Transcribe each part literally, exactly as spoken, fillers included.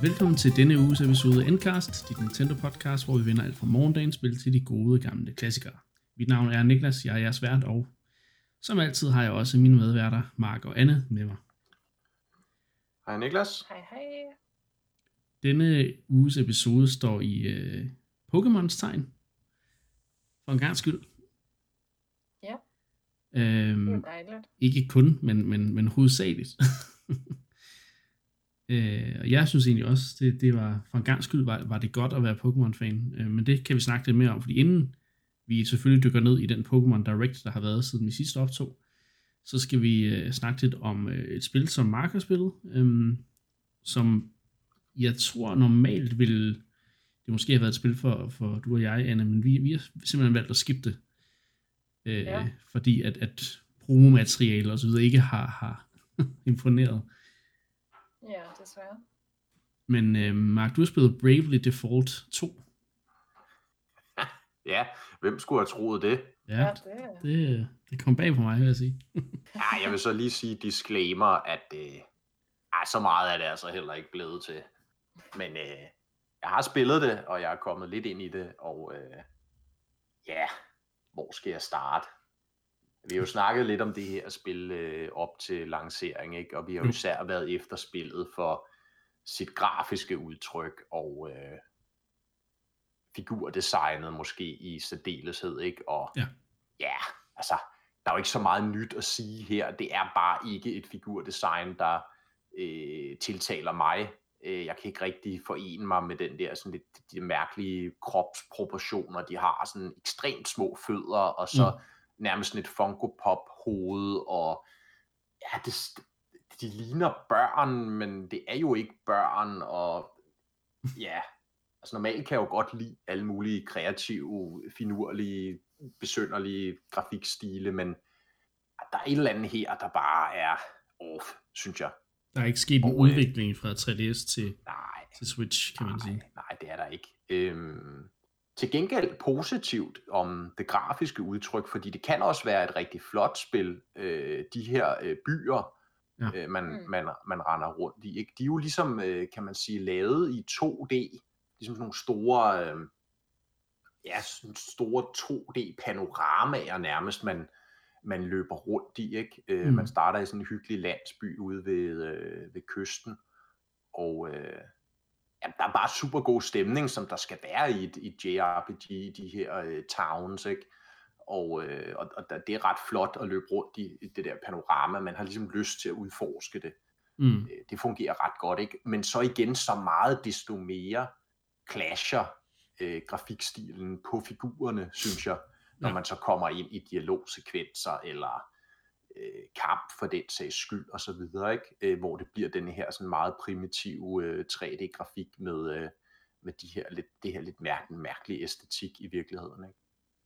Velkommen til denne uges episode af Endcast, dit Nintendo podcast, hvor vi vender alt fra morgendagens spil til de gode gamle klassikere. Mit navn er Niklas, jeg er jeres vært, og som altid har jeg også mine medværter, Mark og Anne, med mig. Hej Niklas. Hej hej. Denne uges episode står i øh, Pokémons tegn, for en gang skyld. Ja, øhm, det er dejligt. Ikke kun, men, men, men hovedsageligt. Øh, og jeg synes egentlig også, det, det var for en gang skyld var, var det godt at være Pokémon-fan, øh, men det kan vi snakke lidt mere om, fordi inden vi selvfølgelig dykker ned i den Pokémon Direct, der har været siden vi sidste optog, så skal vi øh, snakke lidt om øh, et spil, som Mark har spillet, øh, som jeg tror normalt ville det måske have været et spil for, for du og jeg, Anna, men vi, vi har simpelthen valgt at skippe det, øh, Ja. fordi at, at promomateriale og så videre ikke har, har imponeret. Ja, desværre. Men øh, Mark, du har spillet Bravely Default to. Ja, hvem skulle have troet det? Ja, Ja, det er... det, det kom bag på mig, vil jeg sige. Ja, jeg vil så lige sige disclaimer, at øh, ej, så meget er det altså heller ikke blevet til. Men øh, jeg har spillet det, og jeg er kommet lidt ind i det, og øh, ja, hvor skal jeg starte? Vi har jo snakket lidt om det her spil øh, op til lancering, ikke? Og vi har jo især været efter spillet for sit grafiske udtryk og øh, figurdesignet måske i særdeleshed, ikke? Og Ja. ja, altså, der er jo ikke så meget nyt at sige her. Det er bare ikke et figurdesign, der øh, tiltaler mig. Jeg kan ikke rigtig forene mig med den der sådan lidt de mærkelige kropsproportioner, de har, sådan ekstremt små fødder, og så mm. nærmest sådan et Funko Pop hoved, og ja, det, de ligner børn, men det er jo ikke børn, og ja, altså normalt kan jeg jo godt lide alle mulige kreative, finurlige, besynderlige grafikstile, men der er et eller andet her, der bare er off, synes jeg. Der er ikke sket en Og, øh, udvikling fra tre D S til, Nej, til Switch, kan man nej, sige. nej, det er der ikke. Øhm, til gengæld positivt om det grafiske udtryk, fordi det kan også være et rigtig flot spil. Øh, de her øh, byer, Ja. øh, man, Mm. man, man render rundt i, ikke? De er jo ligesom, øh, kan man sige, lavet i to D. Ligesom sådan nogle store, øh, ja, sådan store to D-panoramaer nærmest, man, man løber rundt i, ikke? Øh, Mm. Man starter i sådan en hyggelig landsby ude ved, øh, ved kysten, og øh, ja, der er bare super god stemning, som der skal være i et, et J R P G, i de her øh, towns, ikke? Og, øh, og, og det er ret flot at løbe rundt i, i det der panorama, man har ligesom lyst til at udforske det. Mm. Øh, det fungerer ret godt, ikke? Men så igen, så meget desto mere clasher øh, grafikstilen på figurerne, synes jeg, når Ja. man så kommer ind i dialogsekvenser, eller øh, kamp for den sags skyld, og så videre, ikke? Øh, hvor det bliver den her sådan meget primitive øh, tre D-grafik med, øh, med de her lidt, det her lidt mærke, mærkelige æstetik i virkeligheden, ikke?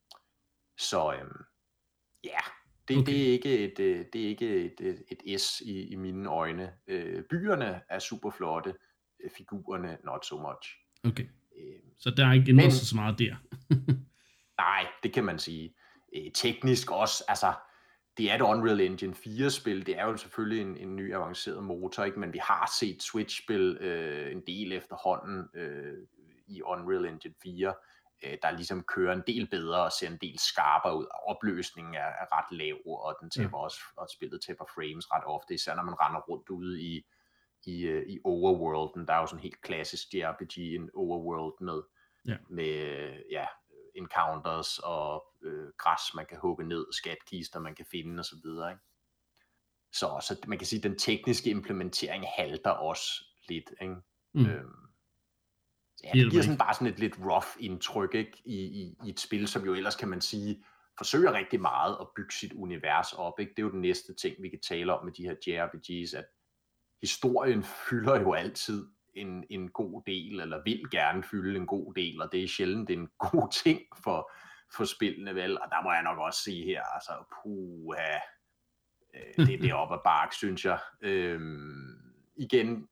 Så øh, ja, det, Okay. det er ikke et, øh, det er ikke et, et, et S i, i mine øjne. Øh, byerne er super flotte, øh, figurerne not so much. Okay, Øh, så der er ikke ændret Men- sig så meget der. Nej, det kan man sige. Øh, teknisk også, altså, det er et Unreal Engine fire-spil, det er jo selvfølgelig en, en ny avanceret motor, ikke? Men vi har set Switch-spil øh, en del efterhånden øh, i Unreal Engine fire, øh, der ligesom kører en del bedre og ser en del skarpere ud. Opløsningen er, er ret lav, og den taber Ja. også, og spillet taber frames ret ofte, især når man render rundt ude i, i, øh, i overworlden. Der er jo sådan en helt klassisk J R P G, en overworld med, Ja. med øh, ja, encounters og øh, græs, man kan hugge ned, skatkister, man kan finde og så videre, ikke? Så, så man kan sige, at den tekniske implementering halter også lidt, ikke? Mm. Øhm, ja, Hjælper det giver sådan ikke. bare sådan et lidt rough indtryk, ikke? I, i, i et spil, som jo ellers, kan man sige, forsøger rigtig meget at bygge sit univers op, ikke? Det er jo den næste ting, vi kan tale om med de her J R P Gs, at historien fylder jo altid en, en god del, eller vil gerne fylde en god del, og det er sjældent det er en god ting for, for spillene, vel? Og der må jeg nok også sige her, altså, puha, øh, det, det er op ad bark, synes jeg. Øhm, igen,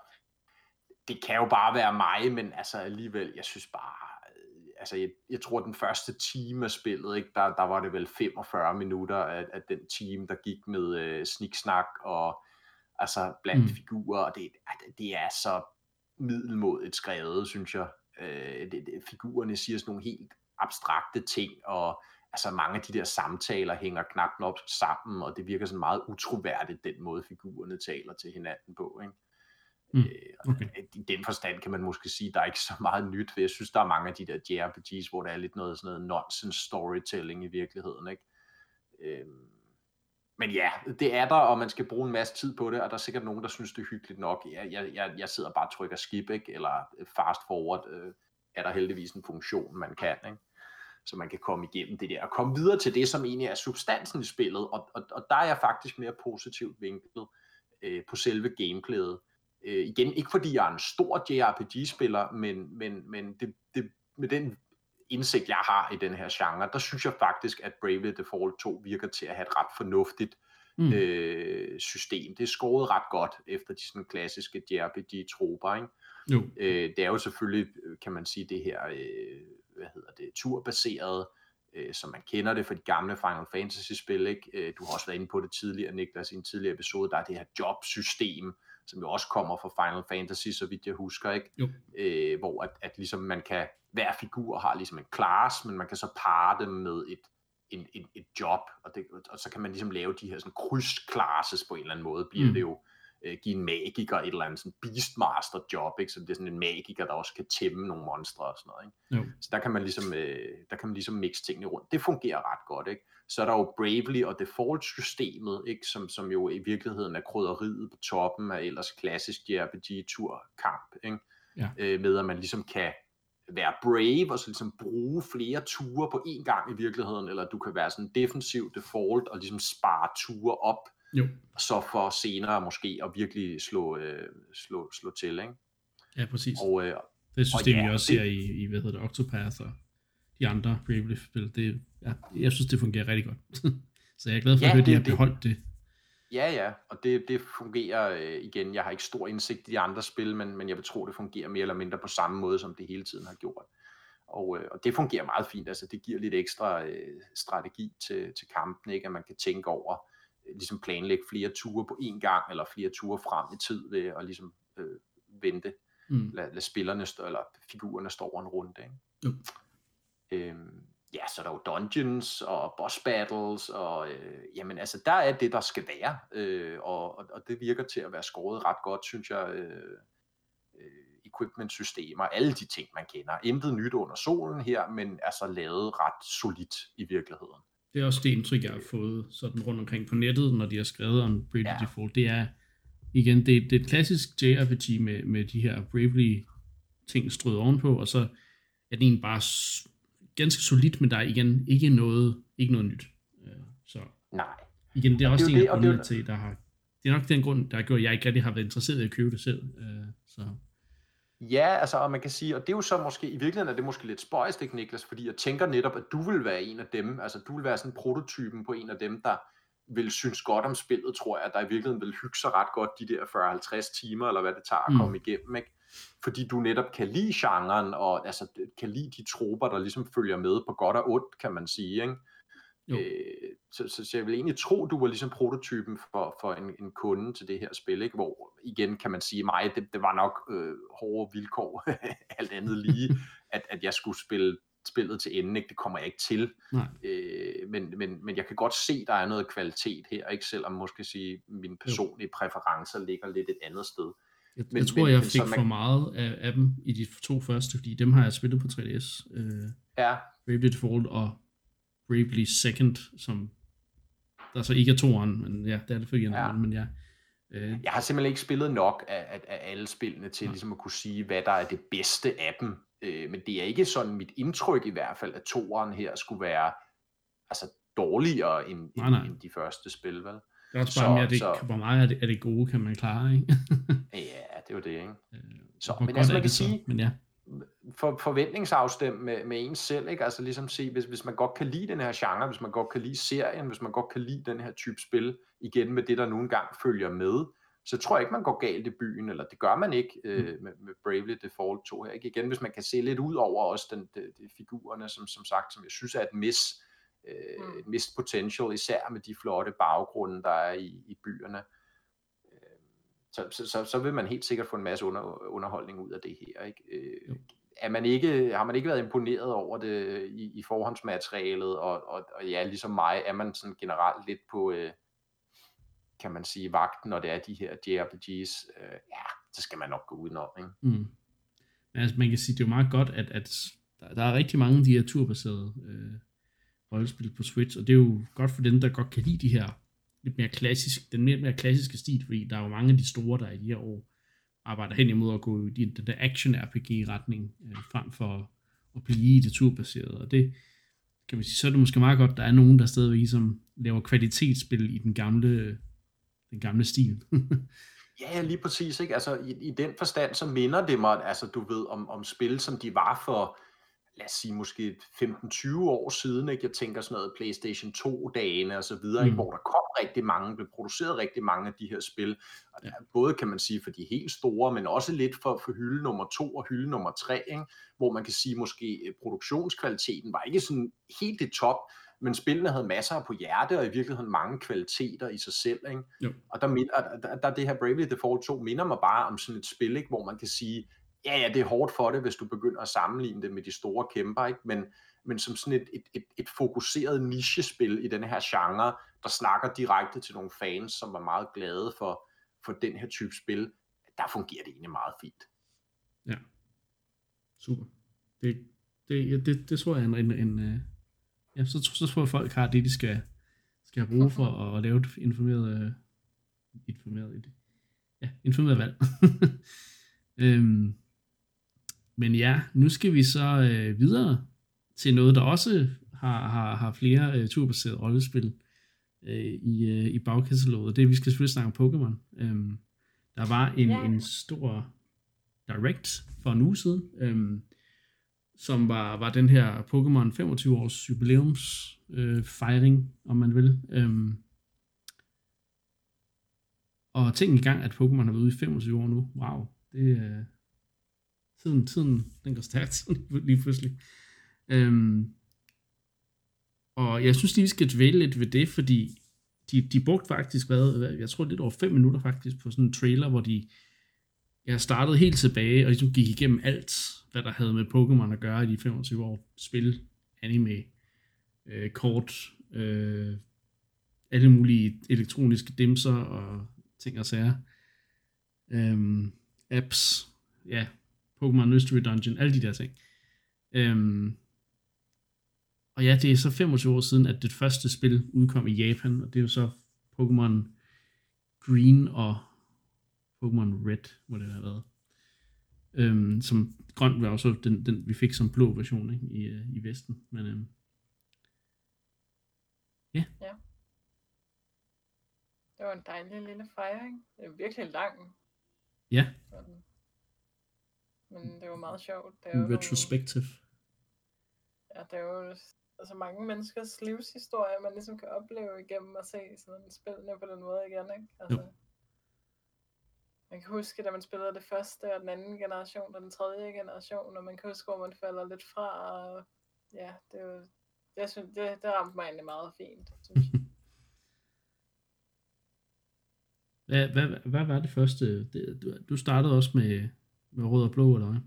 det kan jo bare være mig, men altså alligevel, jeg synes bare, øh, altså jeg, jeg tror, den første time af spillet, ikke, der, der var det vel femogfyrre minutter af, af den time, der gik med øh, sniksnak og altså blandt Mm. mm. figurer, og det, det er så middelmådigt skrevet, synes jeg. Øh, det, det, figurerne siger sådan nogle helt abstrakte ting, og altså mange af de der samtaler hænger knap nok sammen, og det virker sådan meget utroværdigt, den måde figurerne taler til hinanden på, ikke? Mm, Øh, okay. I den forstand kan man måske sige, at der er ikke så meget nyt, for jeg synes, der er mange af de der J R P Gs, hvor der er lidt noget, sådan noget nonsense storytelling i virkeligheden, ikke? Øh, men ja, det er der, og man skal bruge en masse tid på det, og der er sikkert nogen, der synes, det er hyggeligt nok. Jeg, jeg, jeg, jeg sidder bare og trykker skip, ikke? Eller fast forward, øh, er der heldigvis en funktion, man kan, ikke? Så man kan komme igennem det der, og komme videre til det, som egentlig er substansen i spillet, og, og, og der er jeg faktisk mere positivt vinklet øh, på selve gameplayet. Øh, igen, ikke fordi jeg er en stor J R P G-spiller, men, men, men det, det, med den indsigt, jeg har i den her genre, der synes jeg faktisk, at Bravely Default to virker til at have et ret fornuftigt mm. øh, system. Det er skåret ret godt efter de sådan klassiske J R P G-troper, ikke? Jo. Øh, det er jo selvfølgelig, kan man sige, det her, øh, hvad hedder det, turbaseret, øh, som man kender det fra de gamle Final Fantasy-spil, ikke? Øh, du har også været inde på det tidligere, Niklas, i en tidligere episode, der er det her jobsystem, som jo også kommer fra Final Fantasy, så vidt jeg husker, ikke? Øh, hvor at, at ligesom man kan, hver figur har ligesom en class, men man kan så parre dem med et, en, et, et job, og, det, og så kan man ligesom lave de her sådan kryds-classes på en eller anden måde, bliver mm. det jo øh, give en magiker et eller andet sådan beastmaster job, ikke? Så det er sådan en magiker, der også kan tæmme nogle monstre og sådan noget, ikke? Så der kan man ligesom, øh, der kan man ligesom mixe tingene rundt. Det fungerer ret godt, ikke? Så er der jo Bravely og Default-systemet, ikke? Som, som jo i virkeligheden er krydderiet på toppen af ellers klassisk J R P G-turkamp, ikke? Ja. Øh, med at man ligesom kan være brave og så ligesom bruge flere ture på én gang i virkeligheden, eller du kan være sådan defensiv default og ligesom spare ture op, jo. Så for senere måske at virkelig slå, øh, slå, slå til, ikke? Ja, præcis. Og, øh, det system, og ja, vi også ser i, i, hvad hedder det, Octopath og de andre Bravely-spil, det, ja, jeg synes, det fungerer rigtig godt. Så jeg er glad for ja, at høre, at de har det. beholdt det. Ja, ja, og det, det fungerer øh, igen. Jeg har ikke stor indsigt i de andre spil, men, men jeg vil tro, det fungerer mere eller mindre på samme måde, som det hele tiden har gjort. Og, øh, og det fungerer meget fint. Altså, det giver lidt ekstra øh, strategi til, til kampen, ikke? At man kan tænke over, øh, ligesom planlægge flere ture på én gang, eller flere ture frem i tid ved at ligesom øh, vente. Mm. Lad, lad spillerne stå, eller figurerne stå over en runde, ikke? Jo. Øhm, ja, så er der jo dungeons og boss battles, og øh, jamen altså, der er det, der skal være, øh, og, og det virker til at være skåret ret godt, synes jeg, øh, øh, equipment-systemer, alle de ting, man kender. Intet nyt under solen her, men altså lavet ret solidt i virkeligheden. Det er også det indtryk, jeg har fået sådan rundt omkring på nettet, når de har skrevet om Bravely ja. Default. Det er, igen, det, det er et klassisk J R P G med, med de her Bravely ting strøget ovenpå, og så er det egentlig bare ganske solidt, men der er igen ikke noget, ikke noget nyt. Så nej. Igen, det er også det er en af grundene til, der har, det er nok den grund, der har gjort, at jeg ikke rigtig har været interesseret i at købe det selv. Så. Ja, altså, og man kan sige, og det er jo så måske, i virkeligheden er det måske lidt spøjst, ikke, Niklas, fordi jeg tænker netop, at du vil være en af dem, altså du vil være sådan prototypen på en af dem, der vil synes godt om spillet, tror jeg, der i virkeligheden vil hygge sig ret godt de der fyrre til halvtreds timer, eller hvad det tager at komme mm. igennem, ikke? Fordi du netop kan lide genren, og altså, kan lide de troper, der ligesom følger med på godt og ondt, kan man sige, ikke? Øh, så, så, så jeg vil egentlig tro, du var ligesom prototypen for, for en, en kunde til det her spil, ikke? Hvor igen kan man sige, mig, det, det var nok øh, hårde vilkår, alt andet lige, at, at jeg skulle spille spillet til enden, ikke? Det kommer jeg ikke til. Øh, men, men, men jeg kan godt se, der er noget kvalitet her, ikke? Selvom måske sige, mine personlige præferencer ligger lidt et andet sted. Jeg, men, jeg tror, men, jeg fik man... for meget af, af dem i de to første, fordi dem har jeg spillet på tre D S. Øh, ja. Bravely Default og Bravely Second, som der så ikke er toeren, men ja, det er det for igen. Ja. Men ja. Øh... Jeg har simpelthen ikke spillet nok af, af, af alle spillene til ja. ligesom at kunne sige, hvad der er det bedste af dem. Øh, men det er ikke sådan mit indtryk i hvert fald, at toeren her skulle være altså dårligere end, nej, nej. end de første spil, vel? Det er også bare så, mere, det, så... hvor meget af det, af det gode kan man klare, ikke? Ja, det er jo det, ikke? Øh, så, men altså man kan sige, men ja. for, forventningsafstemt med, med en selv, ikke? Altså ligesom se, hvis, hvis man godt kan lide den her genre, hvis man godt kan lide serien, hvis man godt kan lide den her type spil, igen med det, der nogle gange følger med, så tror jeg ikke, man går galt i byen, eller det gør man ikke øh, med, med Bravely Default to her. Ikke? Igen, hvis man kan se lidt ud over også den, de, de figurerne, som, som sagt, som jeg synes er et mis, øh, et mist potential, især med de flotte baggrunde, der er i, i byerne. så, så, så, så vil man helt sikkert få en masse under, underholdning ud af det her, ikke? Jo. Øh, er man ikke, har man ikke været imponeret over det i, i forhåndsmaterialet, og, og, og ja, ligesom mig, er man sådan generelt lidt på, øh, kan man sige, vagten, når det er de her J R P Gs, øh, ja, så skal man nok gå udenom, ikke? Mm. Altså, man kan sige, det er jo meget godt, at, at der, der er rigtig mange af de her turbaserede øh, rollespil på Switch, og det er jo godt for dem, der godt kan lide de her lidt mere klassisk, den mere, mere klassiske stil, fordi der er jo mange af de store, der i de her år arbejder hen imod at gå i den der action-R P G-retning, øh, frem for at blive i det turbaserede, og det kan man sige, så er det måske meget godt, der er nogen, der stadigvæk ligesom laver kvalitetsspil i den gamle, den gamle stil. Ja, lige præcis, ikke? Altså, i, i den forstand, så minder det mig, altså, du ved, om, om spil, som de var for, lad os sige, måske femten tyve år siden, ikke? Jeg tænker sådan noget PlayStation to-dagene og så videre, ikke? Mm. Hvor der kom rigtig mange, blev produceret rigtig mange af de her spil, og Ja. både kan man sige for de helt store, men også lidt for, for hylde nummer to og hylde nummer tre, ikke? Hvor man kan sige, måske øh, produktionskvaliteten var ikke sådan helt i top, men spillene havde masser på hjerte, og i virkeligheden mange kvaliteter i sig selv, ikke? Jo. Og der, mind, der, der, der det her Bravely Default to minder mig bare om sådan et spil, ikke? Hvor man kan sige, ja, ja, det er hårdt for det, hvis du begynder at sammenligne det med de store kæmper, ikke? Men, men som sådan et, et, et, et fokuseret nichespil i den her genre, der snakker direkte til nogle fans, som var meget glade for, for den her type spil, der fungerer det egentlig meget fint. Ja, super. Det, det, ja, det, det tror jeg er en, en, en ja, så, så tror jeg, folk har det, de skal, skal have brug for at, at lave et informeret, informeret, ja, informeret valg. øhm, men ja, nu skal vi så øh, videre til noget, der også har, har, har flere øh, turbaserede rollespil øh, i, øh, i bagkataloget. Det vi skal selvfølgelig snakke om Pokémon. Øhm, der var en, Ja. en stor direct for en uge siden, øhm, som var, var den her Pokémon femogtyve års jubilæums øh, fejring, om man vil. Øhm, og tænk i gang, at Pokémon har været ude i femogtyve år nu. Wow, det er... Øh, tiden, tiden, den går stærkt lige pludselig. Øhm, og jeg synes lige, vi skal dvæle lidt ved det, fordi de, de brugte faktisk, hvad, jeg tror lidt over fem minutter faktisk, på sådan en trailer, hvor de jeg startede helt tilbage, og ligesom gik igennem alt, hvad der havde med Pokémon at gøre i de femogtyve år. Spil, anime, øh, kort, øh, alle mulige elektroniske dimser og ting og sager. Øhm, apps, ja, Pokémon Mystery Dungeon, alle de der ting. Øhm, og ja, det er så femogtyve år siden, at det første spil udkom i Japan, og det er jo så Pokémon Green og Pokémon Red, må det have været. Øhm, som grøn var også den, den, vi fik som blå version, ikke, i, øh, i Vesten. Men øhm, ja. Ja. Det var en dejlig lille fejring. Det er virkelig lang. Ja, Sådan. Men det var meget sjovt. Det er en jo nogle, retrospective. ja, det er jo altså mange menneskers livshistorie, man ligesom kan opleve igennem at se sådan en spillene på den måde igen, ikke? Altså, Jo. man kan huske, da man spillede det første og den anden generation og den tredje generation, og man kan huske, hvor man falder lidt fra, og ja, det er jo, jeg synes, det, det ramte mig egentlig meget fint, synes jeg. Hvad, hvad, hvad var det første? Det, du, du startede også med, med rød og blå, eller hvad?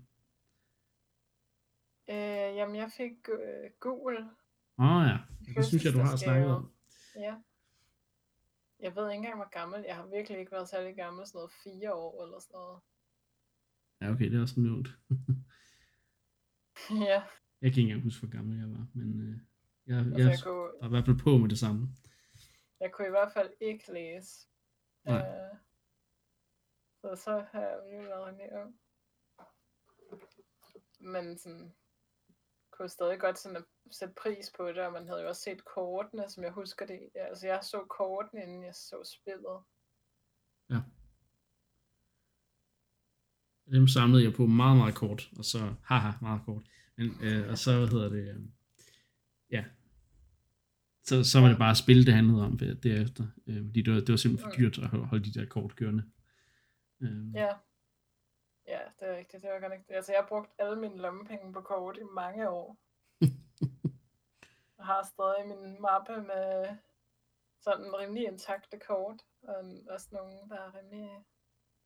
Øh, jamen, jeg fik øh, gul. Åh oh, ja, det synes jeg, du har snakket om. Ja. Jeg ved ikke engang, hvor gammel. Jeg har virkelig ikke været særlig gammel, sådan noget fire år eller sådan noget. Ja, okay, det er også nævnt. Ja. Jeg kan ikke engang huske, hvor gammel jeg var, men øh, jeg, Altså, jeg, jeg, kunne, var i hvert fald på med det samme. jeg kunne i hvert fald ikke læse. Nej. Øh, så så har jeg jo været rimelig ung. Men sådan, kunne stadig godt sådan at sætte pris på det, og man havde jo også set kortene, som jeg husker det. Ja, altså, jeg så kortene, inden jeg så spillet. Ja. Dem samlede jeg på meget, meget kort, og så, haha, meget kort. Men, øh, og så, hvad hedder det, øh, ja. Så, så var det bare spil, det handlede om derefter. Øh, fordi det var, det var simpelthen for dyrt at holde de der kort kørende. Øh. Ja. Ja, det er rigtigt. Det var godt ikke. Altså, jeg har brugt alle mine lommepenge på kort i mange år. Jeg har stadig min mappe med sådan rimelig intakte kort, og også nogle, der er rimelig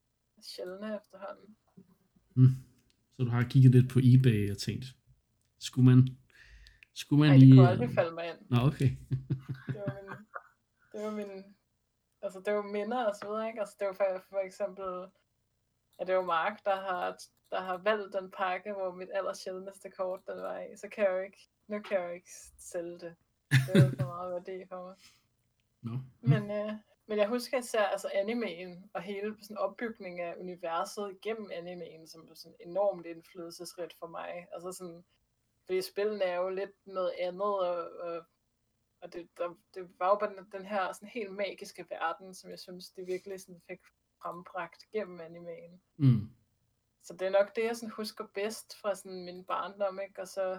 sjældne efterhånden. Mm. Så du har kigget lidt på eBay og tænkt, skulle man, skulle man Nej, lige... det kunne aldrig falde mig ind. Nå, okay. det var min, det var min, altså det var minder og så videre, ikke? Altså det var for, for eksempel, at det var Mark, der har, der har valgt den pakke, hvor mit allersjældneste kort, den var i, så kan jeg jo ikke, nu kan jeg jo ikke sælge det. Det er jo for meget værdi for mig. No. Men, øh, men jeg husker især altså animeen og hele sådan opbygning af universet gennem animeen, som er sådan enormt indflydelsesrigt for mig. Altså sådan, fordi spillene er jo lidt noget andet, og, og, og det, der, det var jo bare den, den her sådan helt magiske verden, som jeg synes, det virkelig sådan fik frembragt gennem animeen. Mm. Så det er nok det, jeg sådan husker bedst fra sådan min barndom, ikke? Og så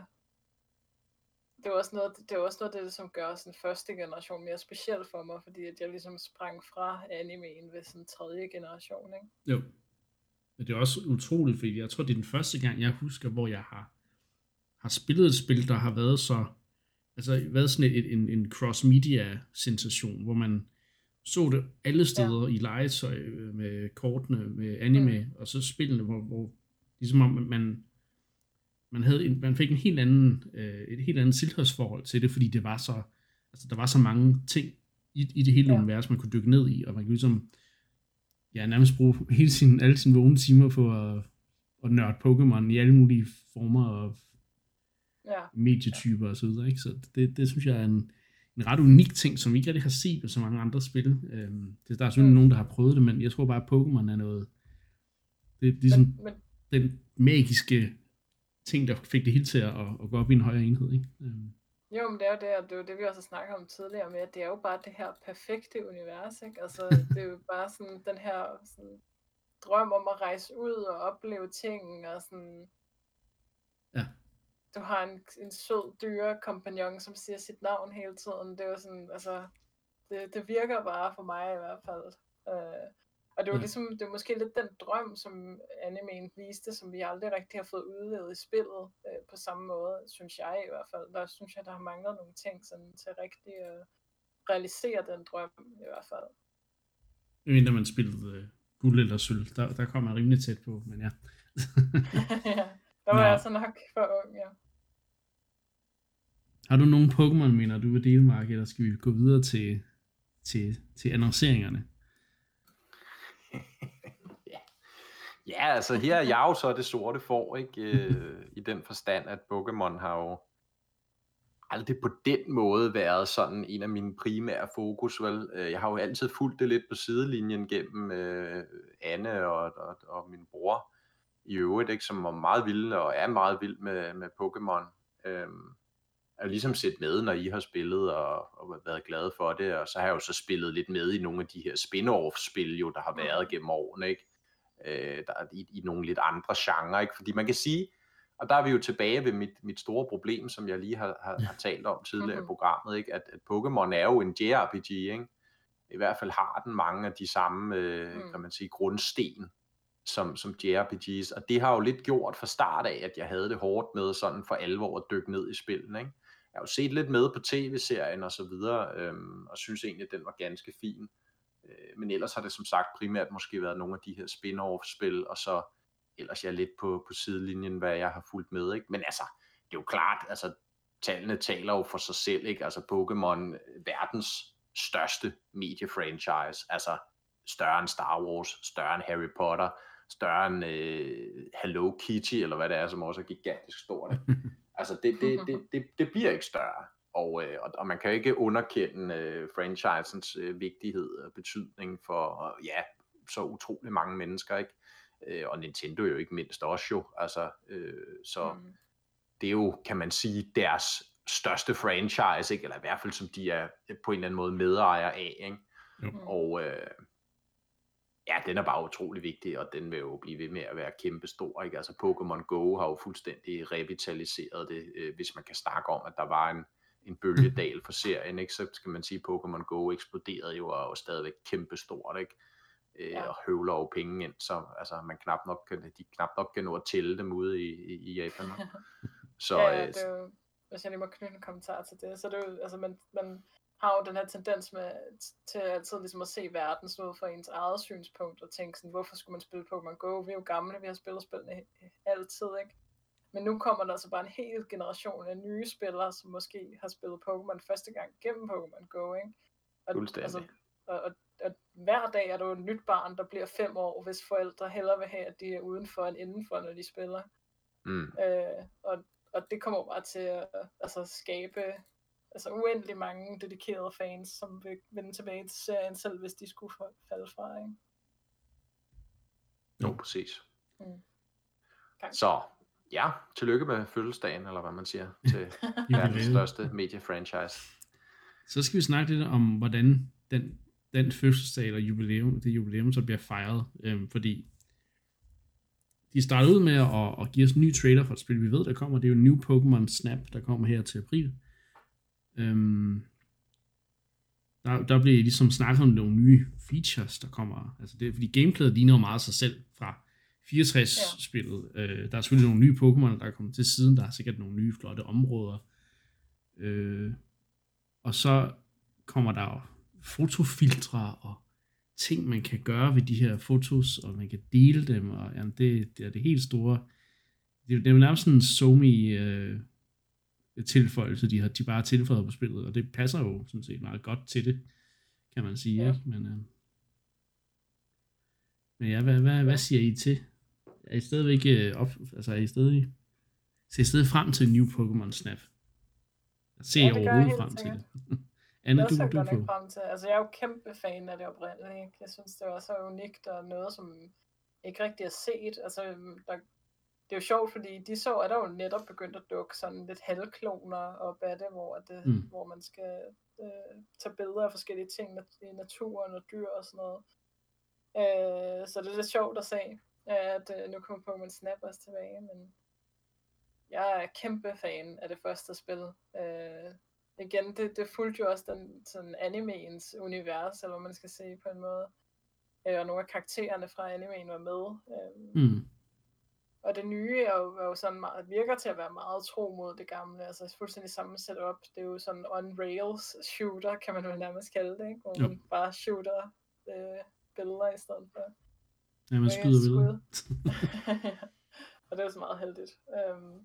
det var også noget, det var også noget af det, som gør sådan første generation mere speciel for mig, fordi at jeg ligesom sprang fra animeen ved sådan tredje generation, ikke? Jo. Men det er også utroligt, fordi jeg tror, det er den første gang, jeg husker, hvor jeg har, har spillet et spil, der har været så, altså været sådan et, en, en cross-media-sensation, hvor man så det alle steder ja. I legetøj, med kortene, med anime, mm. og så spillene, hvor, hvor ligesom om man man havde en, man fik en helt anden øh, et helt andet tilhørsforhold til det, fordi det var så altså der var så mange ting i, i det hele ja. Univers, man kunne dykke ned i, og man kunne ligesom ja, nærmest bruge hele sin, alle sine vågne timer på at, at nørde Pokémon i alle mulige former og ja. medietyper og så videre, ikke? Så det, det synes jeg er en, en ret unik ting, som vi ikke rigtig har set på så mange andre spil. Øhm, det, der er selvfølgelig mm. nogen, der har prøvet det, men jeg tror bare, at Pokémon er noget, det er ligesom men, men... den magiske ting, der fik det hele til at, at gå op i en højere enhed, ikke? Um. Jo, men det er jo det, og det er jo det, vi også har snakket om tidligere med, at det er jo bare det her perfekte univers, ikke? Altså, det er jo bare sådan den her sådan, drøm om at rejse ud og opleve ting, og sådan... Ja. Du har en, en sød dyre kompagnon, som siger sit navn hele tiden. Det er jo sådan, altså... Det, det virker bare for mig i hvert fald. Uh, Og det var ligesom, det var måske lidt den drøm, som animeen viste, som vi aldrig rigtig har fået udlevet i spillet øh, på samme måde, synes jeg i hvert fald. Der synes jeg, der har manglet nogle ting sådan, til rigtig at realisere den drøm i hvert fald. Jeg mener, man spillede øh, guld eller sølv, der, der kom man rimelig tæt på, men ja. ja, der var Nå. jeg så nok for ung, ja. Har du nogle Pokémon, mener du, vil dele, Mark, eller skal vi gå videre til, til, til annonceringerne? ja. ja, altså her er jeg jo så det sorte får, ikke? Øh, i den forstand, at Pokémon har jo aldrig på den måde været sådan en af mine primære fokus, vel? Jeg har jo altid fulgt det lidt på sidelinjen gennem øh, Anne og, og, og min bror i øvrigt, ikke? Som var meget vild og er meget vild med, med Pokémon. Øhm, jeg har ligesom set med, når I har spillet og, og været glade for det, og så har jeg jo så spillet lidt med i nogle af de her spin-off-spil, jo, der har været gennem årene, ikke? Øh, der, i, i nogle lidt andre genrer, ikke? Fordi man kan sige, og der er vi jo tilbage ved mit, mit store problem, som jeg lige har, har, har talt om tidligere i programmet, ikke? At, at Pokémon er jo en J R P G, ikke? I hvert fald har den mange af de samme, øh, kan man sige, grundsten, som, som J R P Gs, og det har jo lidt gjort fra start af, at jeg havde det hårdt med sådan for alvor at dykke ned i spillene, ikke? Jeg har jo set lidt med på tv-serien og så videre, øhm, og synes egentlig, at den var ganske fin. Øh, men ellers har det som sagt primært måske været nogle af de her spin-off-spil, og så ellers jeg lidt på, på sidelinjen, hvad jeg har fulgt med, ikke? Men altså, det er jo klart, altså tallene taler jo for sig selv, ikke? Altså Pokémon, verdens største mediefranchise, altså større end Star Wars, større end Harry Potter, større end øh, Hello Kitty, eller hvad det er, som også er gigantisk stort. Altså det, det, det, det, det bliver ikke større, og, øh, og man kan ikke underkende øh, franchisens øh, vigtighed og betydning for, øh, ja, så utrolig mange mennesker, ikke? Øh, og Nintendo jo ikke mindst også jo, altså, øh, så mm. det er jo, kan man sige, deres største franchise, ikke? Eller i hvert fald som de er på en eller anden måde medejer af, ikke? Mm. Og øh, ja, den er bare utrolig vigtig, og den vil jo blive ved med at være kæmpe stor, ikke? Altså Pokémon Go har jo fuldstændig revitaliseret det, øh, hvis man kan snakke om, at der var en, en bølgedal for serien, ikke? Så skal man sige, at Pokémon Go eksploderede jo, og er jo stadigvæk kæmpe stort, ikke? Øh, ja. Og høvler jo penge ind, så altså, man knap nok kan, de knap nok kan nå at tælle dem ude i, i, i Japan. Så, ja, ja, det er jo, hvis jeg lige må knytte en kommentar til det, så det er jo, altså man, man har jo den her tendens med, til altid ligesom at se verden sådan ud fra ens eget synspunkt, og tænke sådan, hvorfor skulle man spille Pokémon Go? Vi er jo gamle, vi har spillet spillene altid, ikke? Men nu kommer der altså bare en hel generation af nye spillere, som måske har spillet Pokémon første gang gennem Pokémon Go, ikke? Og, altså, og, og, og hver dag er der jo et nyt barn, der bliver fem år, hvis forældre hellere vil have, at de er udenfor end indenfor, når de spiller. Mm. Øh, og, og det kommer bare til at altså, skabe altså, uendelig mange dedikerede fans, som vil vende tilbage til serien, selv hvis de skulle falde fra, ikke? Jo, præcis. Mm. Så ja, tillykke med fødselsdagen, eller hvad man siger, til verdens største mediefranchise. Så skal vi snakke lidt om, hvordan den, den fødselsdag eller jubilæum, det jubilæum, så bliver fejret. Øhm, fordi de startede ud med at, at give os en ny trailer for et spil, vi ved, der kommer. Det er jo New Pokémon Snap, der kommer her til april. Øhm, der, der bliver ligesom snakket om nogle nye features, der kommer. Altså det, fordi gameplayet ligner jo meget sig selv fra fireogtres-spillet. Ja. Øh, der er selvfølgelig nogle nye Pokémon, der er kommet til siden. Der er sikkert nogle nye flotte områder. Øh, og så kommer der jo fotofiltre og ting, man kan gøre ved de her fotos, og man kan dele dem, og jamen, det, det er det helt store. Det, det er jo nærmest sådan en SoMe øh, tilføjelse, de har de bare har tilføjet på spillet, og det passer jo sådan set meget godt til det, kan man sige. Ja. Ikke? Men, øh, men ja, hvad, hvad, hvad siger I til? Er I stadigvæk øh, op, altså er I stadig, ser I stadig frem til New Pokémon Snap? Ser I ja, overhovedet frem til det? Anna, det du, er du, du på. Frem til. Altså, jeg er jo kæmpe fan af det oprindelige. Ikke? Jeg synes, det var så unikt og noget, som ikke rigtig er set. Altså, der, det er jo sjovt, fordi de så, at der jo netop begyndt at dukke sådan lidt halvkloner op af det, hvor, det, mm. hvor man skal øh, tage billeder af forskellige ting i naturen og dyr og sådan noget. Øh, så det er lidt sjovt at se, at øh, nu kommer Pokémon Snap også tilbage, men jeg er kæmpe fan af det første spil. Øh, igen, det, det fulgte jo også den sådan animeens univers, eller hvad man skal sige på en måde. Øh, og nogle af karaktererne fra animeen var med. Øh, mm. Og det nye er jo, er jo sådan meget, virker til at være meget tro mod det gamle, altså fuldstændig samme setup. Det er jo sådan on-rails shooter, kan man jo nærmest kalde det, ikke? Hvor jo. man bare shooter øh, billeder i stedet for. Ja, man skyder billeder. Og det er jo så meget heldigt. Um,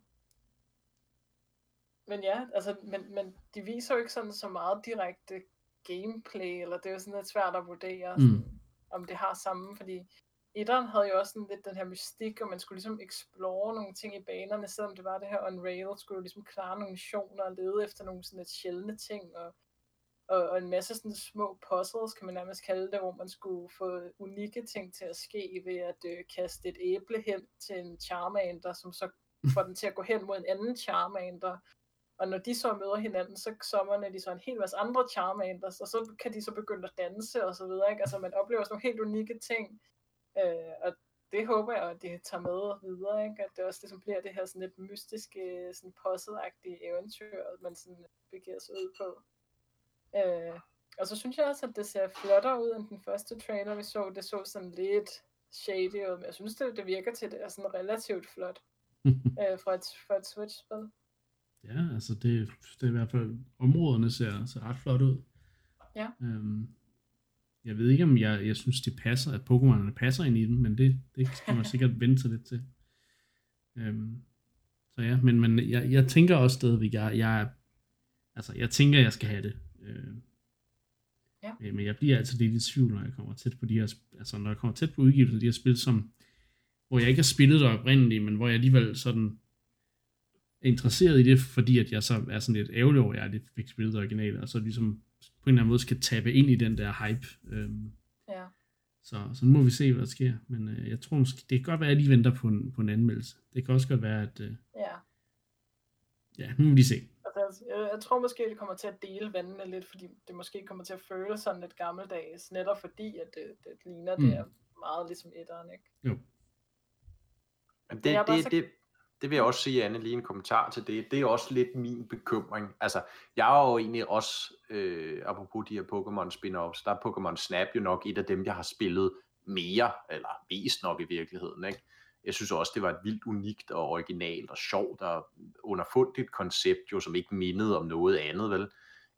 men ja, altså, men, men de viser jo ikke sådan så meget direkte gameplay, eller det er jo sådan lidt svært at vurdere, sådan, mm. om det har samme, fordi etteren havde jo også sådan lidt den her mystik, og man skulle ligesom explore nogle ting i banerne, selvom det var det her on-rail, skulle du ligesom klare nogle missioner og lede efter nogle sådan lidt sjældne ting, og, og, og en masse sådan små puzzles, kan man nærmest kalde det, hvor man skulle få unikke ting til at ske ved at øh, kaste et æble hen til en Charmander, som så får den til at gå hen mod en anden Charmander, og når de så møder hinanden, så sommerner de så en hel masse andre Charmanders, og så kan de så begynde at danse og så videre, ikke? Altså man oplever sådan nogle helt unikke ting, øh, og det håber jeg, at de tager med videre, ikke? At det også ligesom bliver det her sådan lidt mystiske, sådan puzzle-agtige eventyr, man sådan begiver sig ud på. Øh, og så synes jeg også, at det ser flottere ud end den første trailer, vi så. Det så sådan lidt shady ud, men jeg synes, det, det virker til, at det er sådan relativt flot øh, for et, for et Switch-spil. Ja, altså det, det er i hvert fald, områderne ser, ser ret flot ud. Ja. Øhm, jeg ved ikke, om jeg, jeg synes, det passer, at Pokémonerne passer ind i den, men det, det kan man sikkert vente sig lidt til. Øhm, så ja, men, men jeg, jeg tænker også stadigvæk, jeg, jeg, altså jeg tænker, jeg skal have det. Øh, ja. Men jeg bliver altid lidt i tvivl, når jeg kommer tæt på de her, altså når jeg kommer tæt på udgivelsen af de her spil, som, hvor jeg ikke har spillet det oprindeligt, men hvor jeg alligevel sådan er interesseret i det, fordi at jeg så er sådan lidt ærgerlig over, at jeg aldrig fik spillet det originale, og så ligesom på en eller anden måde skal tabe ind i den der hype. Øhm, ja. Så, så nu må vi se, hvad der sker. Men øh, jeg tror måske, det kan godt være, at jeg lige venter på en, på en anmeldelse. Det kan også godt være, at øh, ja. ja, nu må vi se. Altså, jeg, jeg tror måske, det kommer til at dele vandene lidt, fordi det måske kommer til at føle sådan lidt gammeldags, netop fordi, at det, det ligner, mm. det er meget ligesom etteren, ikke? Jo. Men det, det, det, det, det vil jeg også sige, Anne, lige en kommentar til det. Det er også lidt min bekymring. Altså, jeg er jo egentlig også, øh, apropos de her Pokémon spin-offs, der er Pokémon Snap jo nok et af dem, jeg har spillet mere, eller mest nok i virkeligheden, ikke? Jeg synes også, det var et vildt unikt og originalt og sjovt og underfundigt koncept, jo, som ikke mindede om noget andet, vel?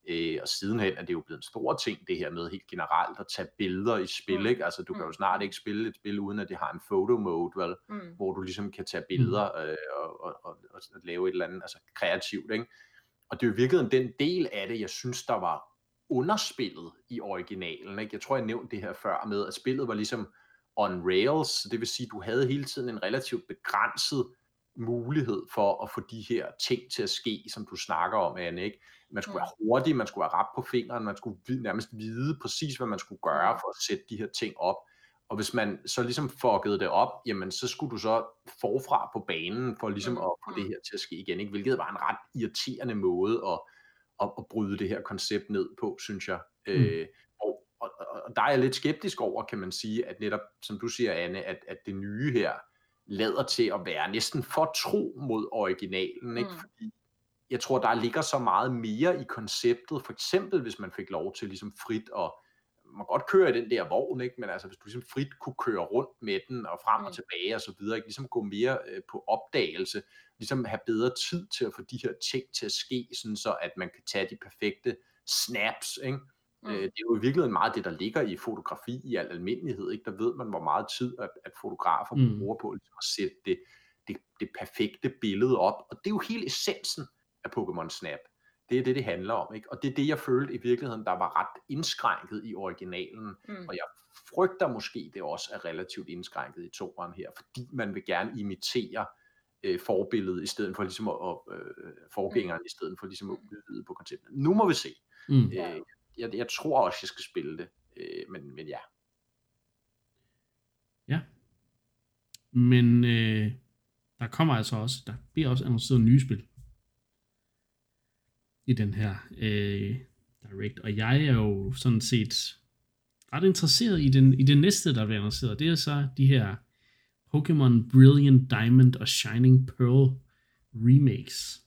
Øh, og sidenhen er det jo blevet en stor ting, det her med helt generelt at tage billeder i spil, Mm. ikke? Altså, du kan jo snart ikke spille et spil, uden at det har en photo mode, vel? Mm. Hvor du ligesom kan tage Mm. billeder øh, og, og, og, og lave et eller andet, altså kreativt, ikke? Og det er jo virkelig den del af det, jeg synes, der var underspillet i originalen, ikke? Jeg tror, jeg nævnte det her før med, at spillet var ligesom on rails, det vil sige, du havde hele tiden en relativt begrænset mulighed for at få de her ting til at ske, som du snakker om, Anne, ikke? Man skulle Mm. være hurtig, man skulle være rap på fingeren, man skulle vide, nærmest vide præcis, hvad man skulle gøre Mm. for at sætte de her ting op. Og hvis man så ligesom fuckede det op, jamen så skulle du så forfra på banen for ligesom Mm. at få det her til at ske igen, ikke? Hvilket var en ret irriterende måde at, at, at bryde det her koncept ned på, synes jeg. Mm. Øh, og, og, og der er jeg lidt skeptisk over, kan man sige, at netop, som du siger, Anne, at, at det nye her lader til at være næsten for tro mod originalen, ikke? Mm. Fordi jeg tror, der ligger så meget mere i konceptet, for eksempel hvis man fik lov til ligesom frit at, man kan godt køre i den der vogn, ikke? Men altså hvis du ligesom frit kunne køre rundt med den og frem Mm. og tilbage og så videre, ikke? Ligesom gå mere øh, på opdagelse, ligesom have bedre tid til at få de her ting til at ske, sådan så at man kan tage de perfekte snaps, ikke? Mm. Øh, det er jo i virkeligheden meget det, der ligger i fotografi i al almindelighed, ikke? Der ved man, hvor meget tid at, at fotografer Mm. bruger på ligesom at sætte det, det, det perfekte billede op, og det er jo hele essensen af Pokémon Snap. Det er det, det handler om, ikke? Og det er det, jeg følte i virkeligheden, der var ret indskrænket i originalen, Mm. og jeg frygter måske, det også er relativt indskrænket i toeren her, fordi man vil gerne imitere øh, forbilledet, i stedet for ligesom at, øh, forgængeren, i stedet for ligesom at udvide på konceptet. Nu må vi se. Mm. Øh, jeg, jeg tror også, jeg skal spille det, øh, men, men ja. Ja. Men øh, der kommer altså også, der bliver også annonceret nye spil i den her øh, Direct, og jeg er jo sådan set ret interesseret i, den, i det næste, der bliver annonceret. Det er så de her Pokémon Brilliant Diamond og Shining Pearl remakes.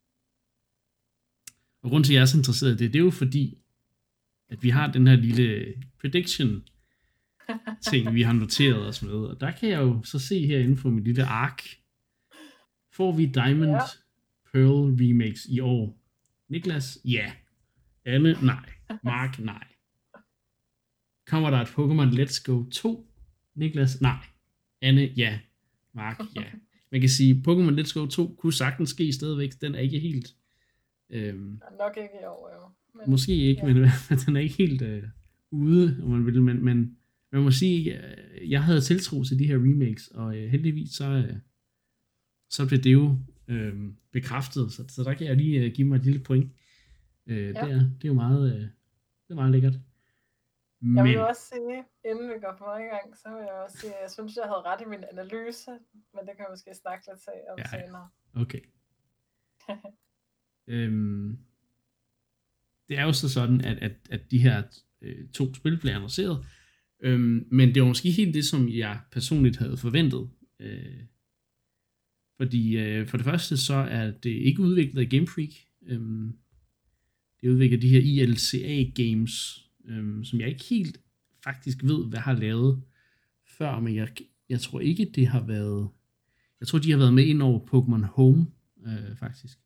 Og grunden til, at jeg er så interesseret i det, det er jo fordi, at vi har den her lille prediction ting, vi har noteret os med, og der kan jeg jo så se herinde på mit lille ark, får vi Diamond Ja. Pearl remakes i år? Niklas? Ja. Anne? Nej. Mark? Nej. Kommer der et Pokémon Let's Go to? Niklas? Nej. Anne? Ja. Mark? Ja. Man kan sige, Pokémon Let's Go to kunne sagtens ske stadigvæk. Den er ikke helt... Øhm, Nok ikke i år, jo. Men, måske ikke, ja. men i hvert fald, den er ikke helt øh, ude, om man vil. Men, men man må sige, øh, jeg havde tiltro til de her remakes, og øh, heldigvis så, øh, så blev det jo øh, bekræftet. Så, så der kan jeg lige øh, give mig et lille point. Øh, Ja. det, er, det er jo meget, øh, det er meget lækkert. Jeg Men, vil jo også sige, inden vi går for i gang, så vil jeg også sige, at jeg synes, jeg havde ret i min analyse, men det kan jeg måske snakke lidt om Ja, ja. senere. okay. øhm, det er jo så sådan, at, at, at de her øh, to spil blev annonceret, øhm, men det var måske helt det, som jeg personligt havde forventet. Øh, fordi øh, for det første, så er det ikke udviklet af Game Freak. Øhm, det er udviklet de her I L C A games, øhm, som jeg ikke helt faktisk ved, hvad har lavet før, men jeg, jeg tror ikke, det har været... Jeg tror, de har været med ind over Pokémon Home, øh, faktisk.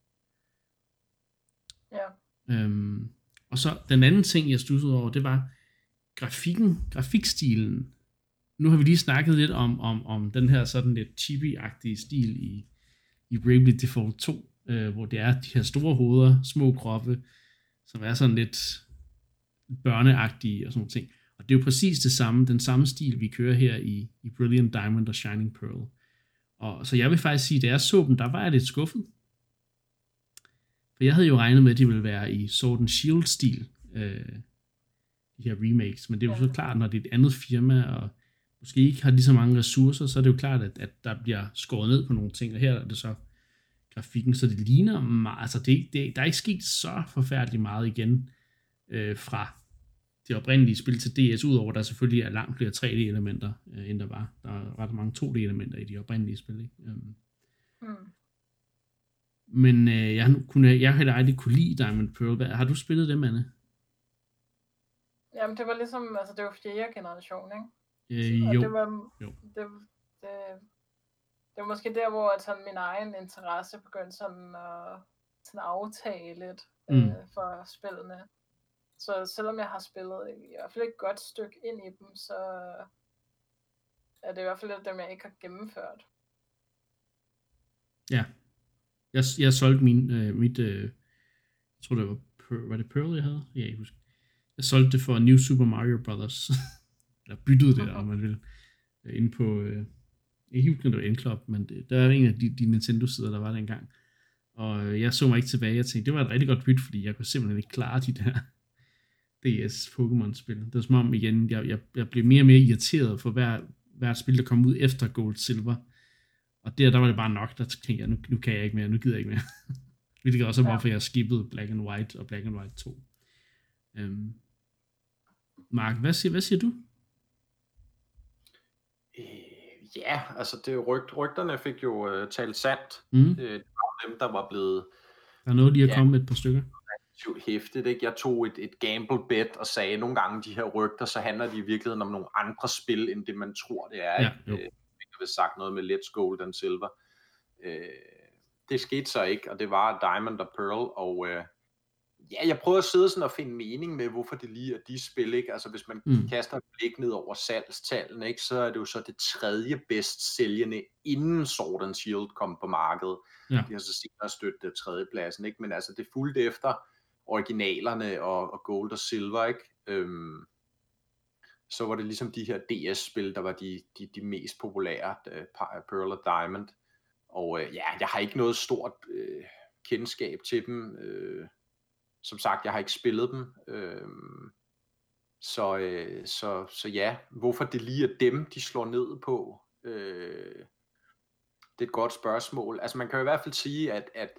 Ja. Øhm, og så den anden ting, jeg studsede over, det var grafikken, grafikstilen. Nu har vi lige snakket lidt om, om, om den her sådan lidt chibi-agtige stil i, i Bravely Default to, øh, hvor det er de her store hoveder, små kroppe, som er sådan lidt børneagtige og sådan nogle ting. Og det er jo præcis det samme, den samme stil, vi kører her i, i Brilliant Diamond og Shining Pearl. Og så jeg vil faktisk sige, da jeg så dem, der var jeg lidt skuffet. For jeg havde jo regnet med, at de ville være i Sword and Shield-stil, øh, de her remakes. Men det er jo Ja. så klart, når det er et andet firma, og måske ikke har lige så mange ressourcer, så er det jo klart, at, at der bliver skåret ned på nogle ting. Og her er det så grafikken, så det ligner meget. Altså det, det, der er ikke sket så forfærdeligt meget igen øh, fra det oprindelige spil til D S, udover der selvfølgelig er langt flere tre D-elementer, øh, end der var. Der er ret mange to D-elementer i de oprindelige spil, ikke? Um, Mm. men øh, jeg, kunne, jeg heller aldrig kunne lide Diamond Pearl. Hvad, har du spillet dem, Anne? Jamen, det var ligesom, altså det var fjerde generation, ikke? Øh, Og jo. det var, jo. Det, det, det var måske der, hvor at sådan min egen interesse begyndte sådan at, sådan aftage lidt Mm. øh, for spillene. Så selvom jeg har spillet i hvert fald et godt stykke ind i dem, så er det i hvert fald lidt dem, jeg ikke har gennemført. Ja. Jeg, jeg solgte min, øh, mit, øh, jeg tror det var, Pearl, var det Pearl, jeg havde? Jeg kan ikke huske. Jeg solgte det for New Super Mario Brothers. Eller byttede det, om man vil. Inde på, øh, jeg kan ikke huske, det var N-Club, men det, der er en af de, de Nintendo-sider, der var dengang. Og øh, jeg så mig ikke tilbage, jeg tænkte, det var et rigtig godt bytte, fordi jeg kunne simpelthen ikke klare de der D S Pokémon-spil. Det var som om igen, jeg, jeg, jeg blev mere og mere irriteret for hver, hvert spil, der kom ud efter Gold Silver. Og der, der var det bare nok, der tænkte jeg, nu, nu kan jeg ikke mere, nu gider jeg ikke mere. Hvilket også var, hvorfor jeg skippede Black and White og Black and White to. Um, Mark, hvad siger, hvad siger du? Øh, ja, altså det rygt, rygterne fik jo øh, talt sandt. Mm. Øh, det var dem, der var blevet Der er noget lige at ja, komme med et par stykker. hæftigt, ikke? Jeg tog et, et gamble bet og sagde, at nogle gange de her rygter, så handler de i virkeligheden om nogle andre spil, end det man tror det er. Ja, jo. Øh, jeg har sagt noget med Let's Gold and Silver. Øh, det skete så ikke, og det var Diamond og Pearl, og øh, ja, jeg prøvede at sidde sådan og finde mening med, hvorfor det lige er de spil, ikke? Altså hvis man mm. kaster et blik ned over salgstallene, ikke? Så er det jo så det tredje bedst sælgende, inden Sword and Shield kom på markedet. Ja. De har så senere støttet tredjepladsen, ikke? Men altså det fulgte efter originalerne og, og Gold og Silver, ikke? Øhm, så var det ligesom de her D S-spil, der var de, de, de mest populære, uh, Pearl og Diamond. Og uh, ja, jeg har ikke noget stort uh, kendskab til dem. Uh, som sagt, jeg har ikke spillet dem. Uh, så, uh, så, så ja, hvorfor det lige er dem, de slår ned på, uh, det er et godt spørgsmål. Altså man kan jo i hvert fald sige, at, at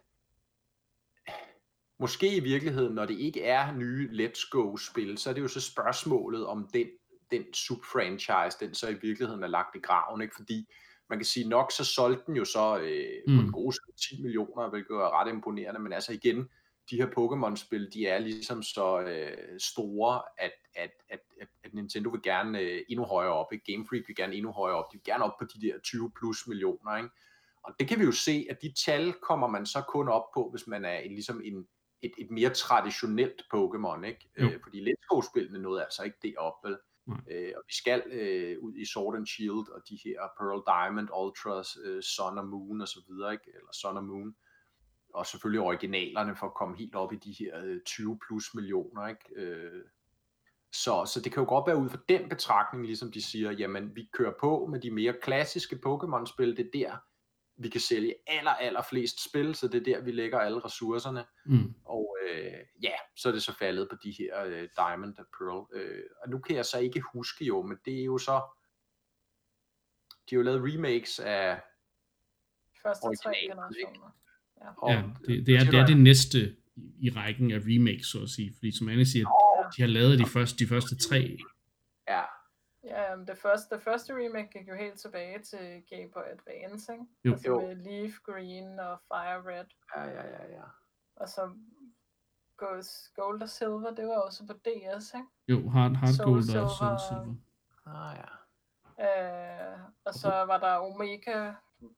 måske i virkeligheden, når det ikke er nye Let's Go-spil, så er det jo så spørgsmålet om den, den subfranchise, den så i virkeligheden er lagt i graven, ikke? Fordi man kan sige nok, så solgte den jo så øh, mm. på en god ti millioner, hvilket er ret imponerende, men altså igen, de her Pokémon-spil, de er ligesom så øh, store, at, at, at, at, at Nintendo vil gerne øh, endnu højere op, ikke? Game Freak vil gerne endnu højere op, de vil gerne op på de der tyve plus millioner, ikke? Og det kan vi jo se, at de tal kommer man så kun op på, hvis man er en, ligesom en Et, et mere traditionelt Pokémon, ikke? Øh, fordi Let's Go-spillene nåede altså ikke det op, vel? Øh, og vi skal øh, ud i Sword and Shield og de her Pearl Diamond, Ultras, øh, Sun og Moon og så videre, ikke? Eller Sun og Moon. Og selvfølgelig originalerne for at komme helt op i de her øh, tyve plus millioner, ikke? Øh, så, så det kan jo godt være ud fra den betragtning, ligesom de siger, jamen vi kører på med de mere klassiske Pokémon-spil, det er der, vi kan sælge aller, aller flest spil, så det er der, vi lægger alle ressourcerne. Mm. Og øh, ja, så er det så faldet på de her øh, Diamond og Pearl. Øh, og nu kan jeg så ikke huske jo, men det er jo så, de har jo lavet remakes af første tre generationer. Ja, og, ja det, det, er, det er det næste i rækken af remakes, så at sige. Fordi som Anne siger, oh, de har lavet de første, de første tre. Ja. Ja, det første, det første remake gik jo helt tilbage til Game Boy Advance, ikke? Jo. Altså med Leaf Green og Fire Red. Ja, ja, ja, ja. Og så Gold og Silver, det var også på D S, ikke? Jo, Hard, hard Soul Gold Silver, og Soul Silver. Ah, ja. Øh, og så var der Omega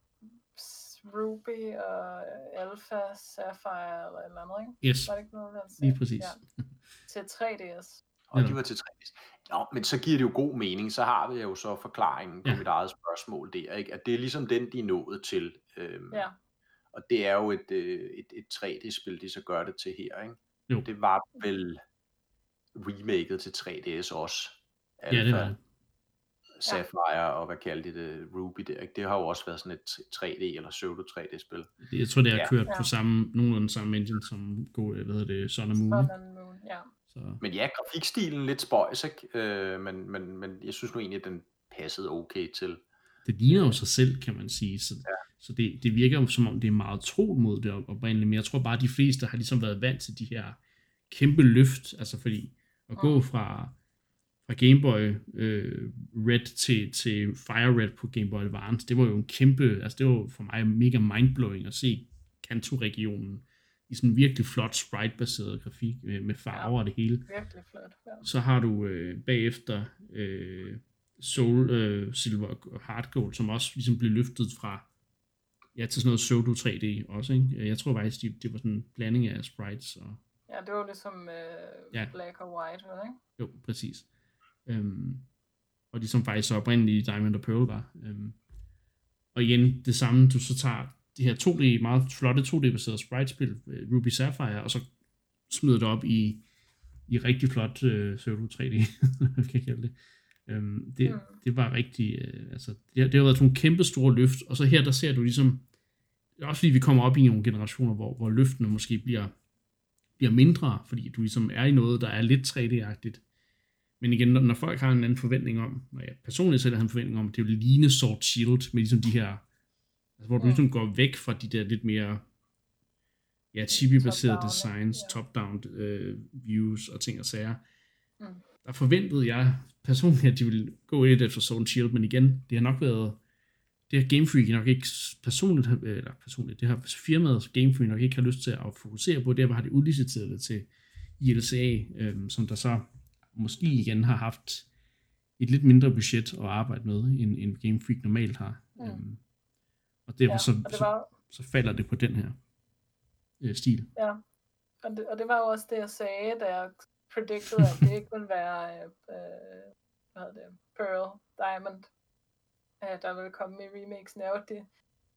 Ruby og Alpha Sapphire eller et eller andet, ikke? Yes, var det ikke noget, lige præcis. Ja. Til tre D S. Og de var til tre D S. Nå, men så giver det jo god mening, så har vi jo så forklaringen på ja. mit eget spørgsmål der, ikke? At det er ligesom den, de er nået til. Øhm, ja. Og det er jo et, et, et tre D-spil, de så gør det til her, ikke? Jo. Det var vel remaket til tre D S også. Alpha, ja, det var det. Sapphire ja. og hvad kaldte det, Ruby der, ikke? Det har jo også været sådan et tre D eller pseudo tre D-spil. Jeg tror, det har ja. kørt ja. på samme, nogenlunde samme engine som hvad hedder det, Sun and Moon. Sun and Moon, ja. Så. Men ja, grafikstilen lidt spøjs, ikke? Øh, men, men, men jeg synes nu egentlig, at den passede okay til. Det ligner jo sig selv, kan man sige. Så, ja. så det, det virker jo som om, det er meget tro mod det oprindeligt. Men jeg tror bare, at de fleste har ligesom været vant til de her kæmpe løft. Altså fordi at gå fra, fra Game Boy øh, Red til, til Fire Red på Game Boy Advance, det var jo en kæmpe, altså det var for mig mega mindblowing at se Kanto-regionen i sådan en virkelig flot sprite-baseret grafik med, med farver ja, og det hele. Virkelig flot, ja. Så har du øh, bagefter øh, Soul øh, Silver og Hard Gold, som også ligesom blev løftet fra Ja, til sådan noget pseudo tre D også, ikke? Jeg tror faktisk, det, det var sådan en blanding af sprites og... Ja, det var ligesom øh, ja. Black og White, ikke? Jo, præcis. Øhm, og de som faktisk så oprindelige Diamond og Pearl var. Øhm, og igen, det samme, du så tager det her to D, meget flotte to D-baserede sprite-spil, Ruby Sapphire, og så smider det op i, i rigtig flot øh, pseudo tre D, kan jeg kalde det. Øhm, det, mm. det var rigtig, øh, altså, det, det har været nogle kæmpe store løft, og så her, der ser du ligesom, det er også fordi vi kommer op i nogle generationer, hvor, hvor løftene måske bliver, bliver mindre, fordi du ligesom er i noget, der er lidt tre D-agtigt. Men igen, når, når folk har en anden forventning om, når jeg personligt selv har en forventning om, det vil ligne Sword Shield, med ligesom de her, altså, hvor du ligesom går væk fra de der lidt mere, ja, chibi-baserede top designs, ja. top-down øh, views og ting og sager. Mm. Der forventede jeg personligt, at de ville gå lidt efter Sword Shield, men igen, det har nok været, det har Game Freak nok ikke personligt, eller personligt, det har firmaet Game Freak nok ikke har lyst til at fokusere på, derfor har de udliciteret det til I L C A, øh, som der så måske igen har haft et lidt mindre budget at arbejde med, end, end Game Freak normalt har. Mm. Øhm, og derfor ja, så, og det var... så, så falder det på den her øh, stil. Ja, og det, og det var jo også det, jeg sagde, da jeg predicted, at det ikke ville være øh, hvad hedder det, Pearl, Diamond, øh, der ville komme i remakesen, er jo det,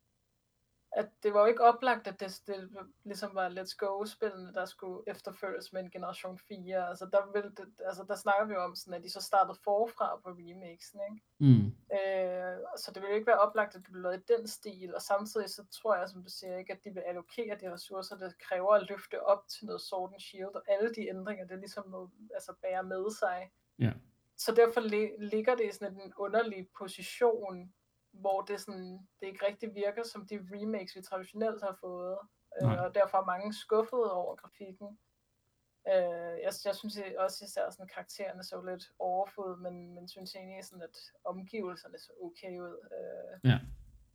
at det var jo ikke oplagt, at det, det ligesom var Let's Go-spillene, der skulle efterfølges med en generation fire. Altså der, ville det, altså der snakker vi jo om, sådan, at de så startede forfra på remakesen, ikke? Mm. Øh, så det ville ikke være oplagt, at det blev lavet i den stil, og samtidig så tror jeg, som du siger, ikke, at de vil allokere de ressourcer, det kræver at løfte op til noget Sword and Shield, og alle de ændringer, det ligesom må altså, bære med sig. Ja. Så derfor li- ligger det i sådan en underlig position, hvor det, sådan, det ikke rigtig virker som de remakes, vi traditionelt har fået. Øh, og derfor er mange skuffede over grafikken. Øh, jeg, jeg synes også især sådan, at karaktererne så lidt overfod, men, men synes egentlig sådan, at omgivelserne så okay ud. Øh, ja.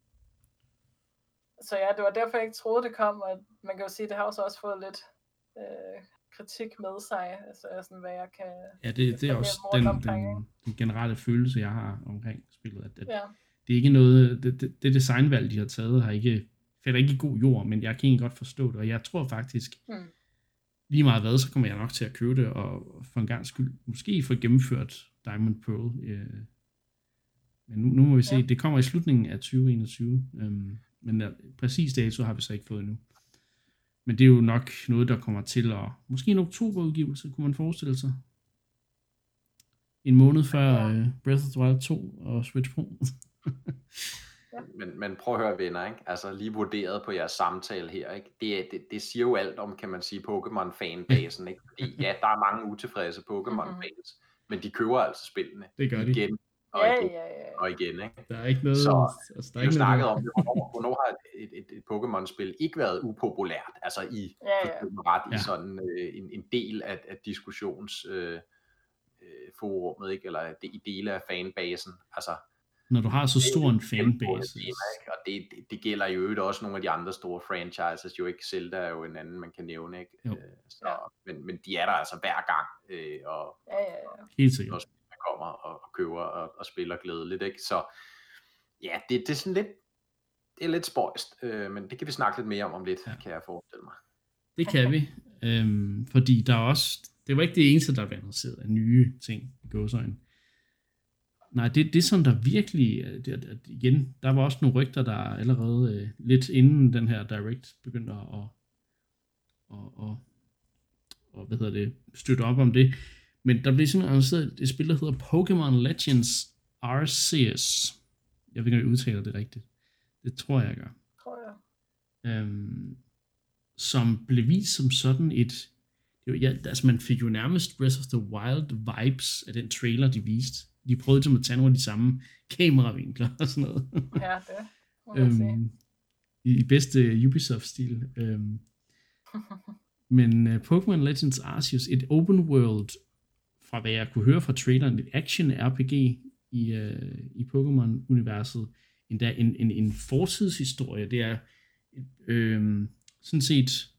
Så ja, det var derfor, jeg ikke troede, det kom, og man kan jo sige, at det har også, også fået lidt øh, kritik med sig, altså sådan, hvad jeg kan... Ja, det, det er også den, den, den generelle følelse, jeg har omkring spillet, at, at ja. det er ikke noget, det, det, det designvalg, de har taget, har ikke, falder ikke i god jord, men jeg kan egentlig godt forstå det, og jeg tror faktisk, mm. lige meget hvad, så kommer jeg nok til at købe det, og for en gang skyld, måske få gennemført Diamond Pearl. Øh. Men nu, nu må vi se, ja. Det kommer i slutningen af tyve enogtyve, øhm, men der, præcis dato har vi så ikke fået endnu. Men det er jo nok noget, der kommer til at, måske en oktoberudgivelse, kunne man forestille sig. En måned før uh, Breath of the Wild to og Switch Pro. Ja. Men, men prøv at høre, venner, ikke? Altså lige vurderet på jeres samtale her, ikke? Det, det, det siger jo alt om, kan man sige, Pokémon-fanbasen, ikke? Fordi ja, der er mange utilfredse Pokémon-fans, mm-hmm. men de køber altså spillene. Det gør de. Igen og ja, igen ja, ja. og igen, ikke? Der er ikke noget... Så altså, der er ikke snakket noget... om det, hvornår, hvornår har et, et, et Pokémon-spil ikke været upopulært, altså i, ja, ja. ret, ja. i sådan øh, en, en del af, af diskussions... Øh, forummet, ikke? Eller det, i dele af fanbasen. Altså, når du har så stor en fanbase. Tema, og det, det, det gælder jo øvrigt også nogle af de andre store franchises, jo ikke. Zelda er jo en anden, man kan nævne, ikke? Øh, så, ja. men, men de er der altså hver gang, øh, og, ja, ja, ja. Helt sikkert. Når man kommer og, og køber og, og spiller glædeligt, ikke? Så ja, det, det er sådan lidt, det er lidt spøjst, øh, men det kan vi snakke lidt mere om om lidt, ja. Kan jeg forestille mig. Det kan vi, øhm, fordi der er også, det var ikke det eneste, der var annonceret af nye ting i gåseøjne. Nej, det, det som der virkelig, det, igen, der var også nogle rygter, der allerede øh, lidt inden den her Direct begyndte at og, og, og, og, hvad hedder det, støtte op om det. Men der blev simpelthen annonceret et spil, der hedder Pokémon Legends Arceus. Jeg ved ikke, om jeg udtaler det rigtigt. Det tror jeg, jeg gør. Tror jeg. Øhm, som blev vist som sådan et, jo, ja, altså man fik jo nærmest Breath of the Wild vibes af den trailer, de viste. De prøvede til at tage nogle af de samme kameravinkler og sådan noget. Ja, det må man øhm, i, I bedste Ubisoft-stil. Øhm, men uh, Pokémon Legends Arceus, et open world, fra hvad jeg kunne høre fra traileren, et action-R P G i, uh, i Pokémon-universet. Endda en, en, en fortidshistorie. Det er øh, sådan set,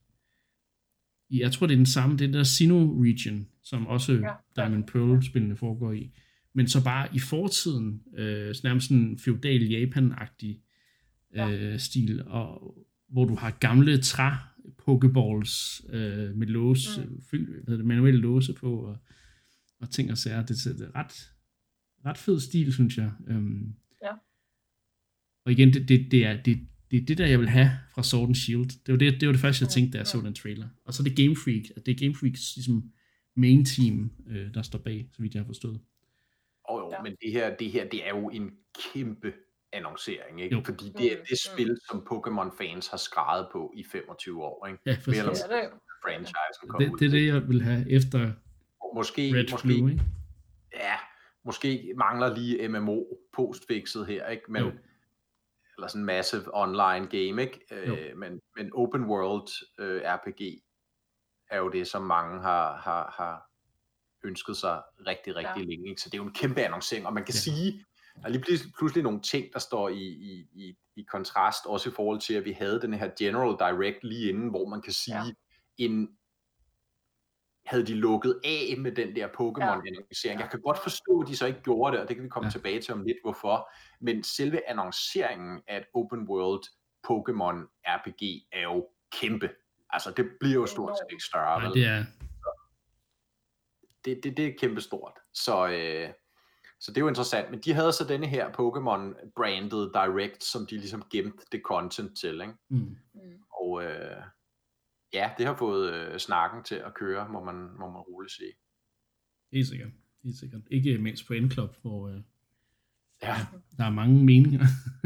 jeg tror det er den samme, det der Sinnoh region, som også ja, Diamond Pearl-spillene foregår i. Men så bare i fortiden, øh, nærmest sådan feudal Japan-agtig, ja. øh, stil, og hvor du har gamle træ pokeballs øh, med låse, mm. fyld, hvad det, manuelle låse på, og, og ting og sager. Det, det er ret, ret fed stil, synes jeg. Um, ja. Og igen, det, det, det, er, det, det er det, der jeg vil have fra Sword and Shield. Det var det, det, var det første, jeg tænkte, da jeg så den trailer. Og så er det Game Freak. Det er Game Freaks ligesom, main team, øh, der står bag, så vidt jeg har forstået. Og jo, ja. men det her, det her, det er jo en kæmpe annoncering, ikke? Jo. Fordi det er det spil, som Pokémon-fans har skreget på i femogtyve år, ikke? Ja, for det er det. Franchisen kommer det, det er det, jeg vil have efter måske, Red måske, Blue, ikke? Ja, måske mangler lige M M O postfixet her, ikke? Men, jo. eller sådan en massive online game, ikke? Øh, men, men open world øh, R P G er jo det, som mange har, har, har ønsket sig rigtig, rigtig ja. længe, ikke? Så det er jo en kæmpe annoncering, og man kan ja. sige, der er lige pludselig nogle ting, der står i, i, i, i kontrast, også i forhold til, at vi havde den her General Direct lige inden, hvor man kan sige, ja. en, havde de lukket af med den der Pokémon-annoncering. Ja. Jeg kan godt forstå, at de så ikke gjorde det, og det kan vi komme ja. tilbage til om lidt, hvorfor. Men selve annonceringen af et open world Pokémon R P G er jo kæmpe. Altså, det bliver jo stort set ikke større. Nej, det er... Det, det, det er kæmpe stort. Så... Øh, Så det er jo interessant, men de havde så denne her Pokémon-branded Direct, som de ligesom gemte det content til, ikke? Mm. Og øh, ja, det har fået øh, snakken til at køre, må man, må man roligt sige. Helt sikkert, helt sikkert. Ikke mindst på N-Club, hvor øh, ja. der er mange meninger.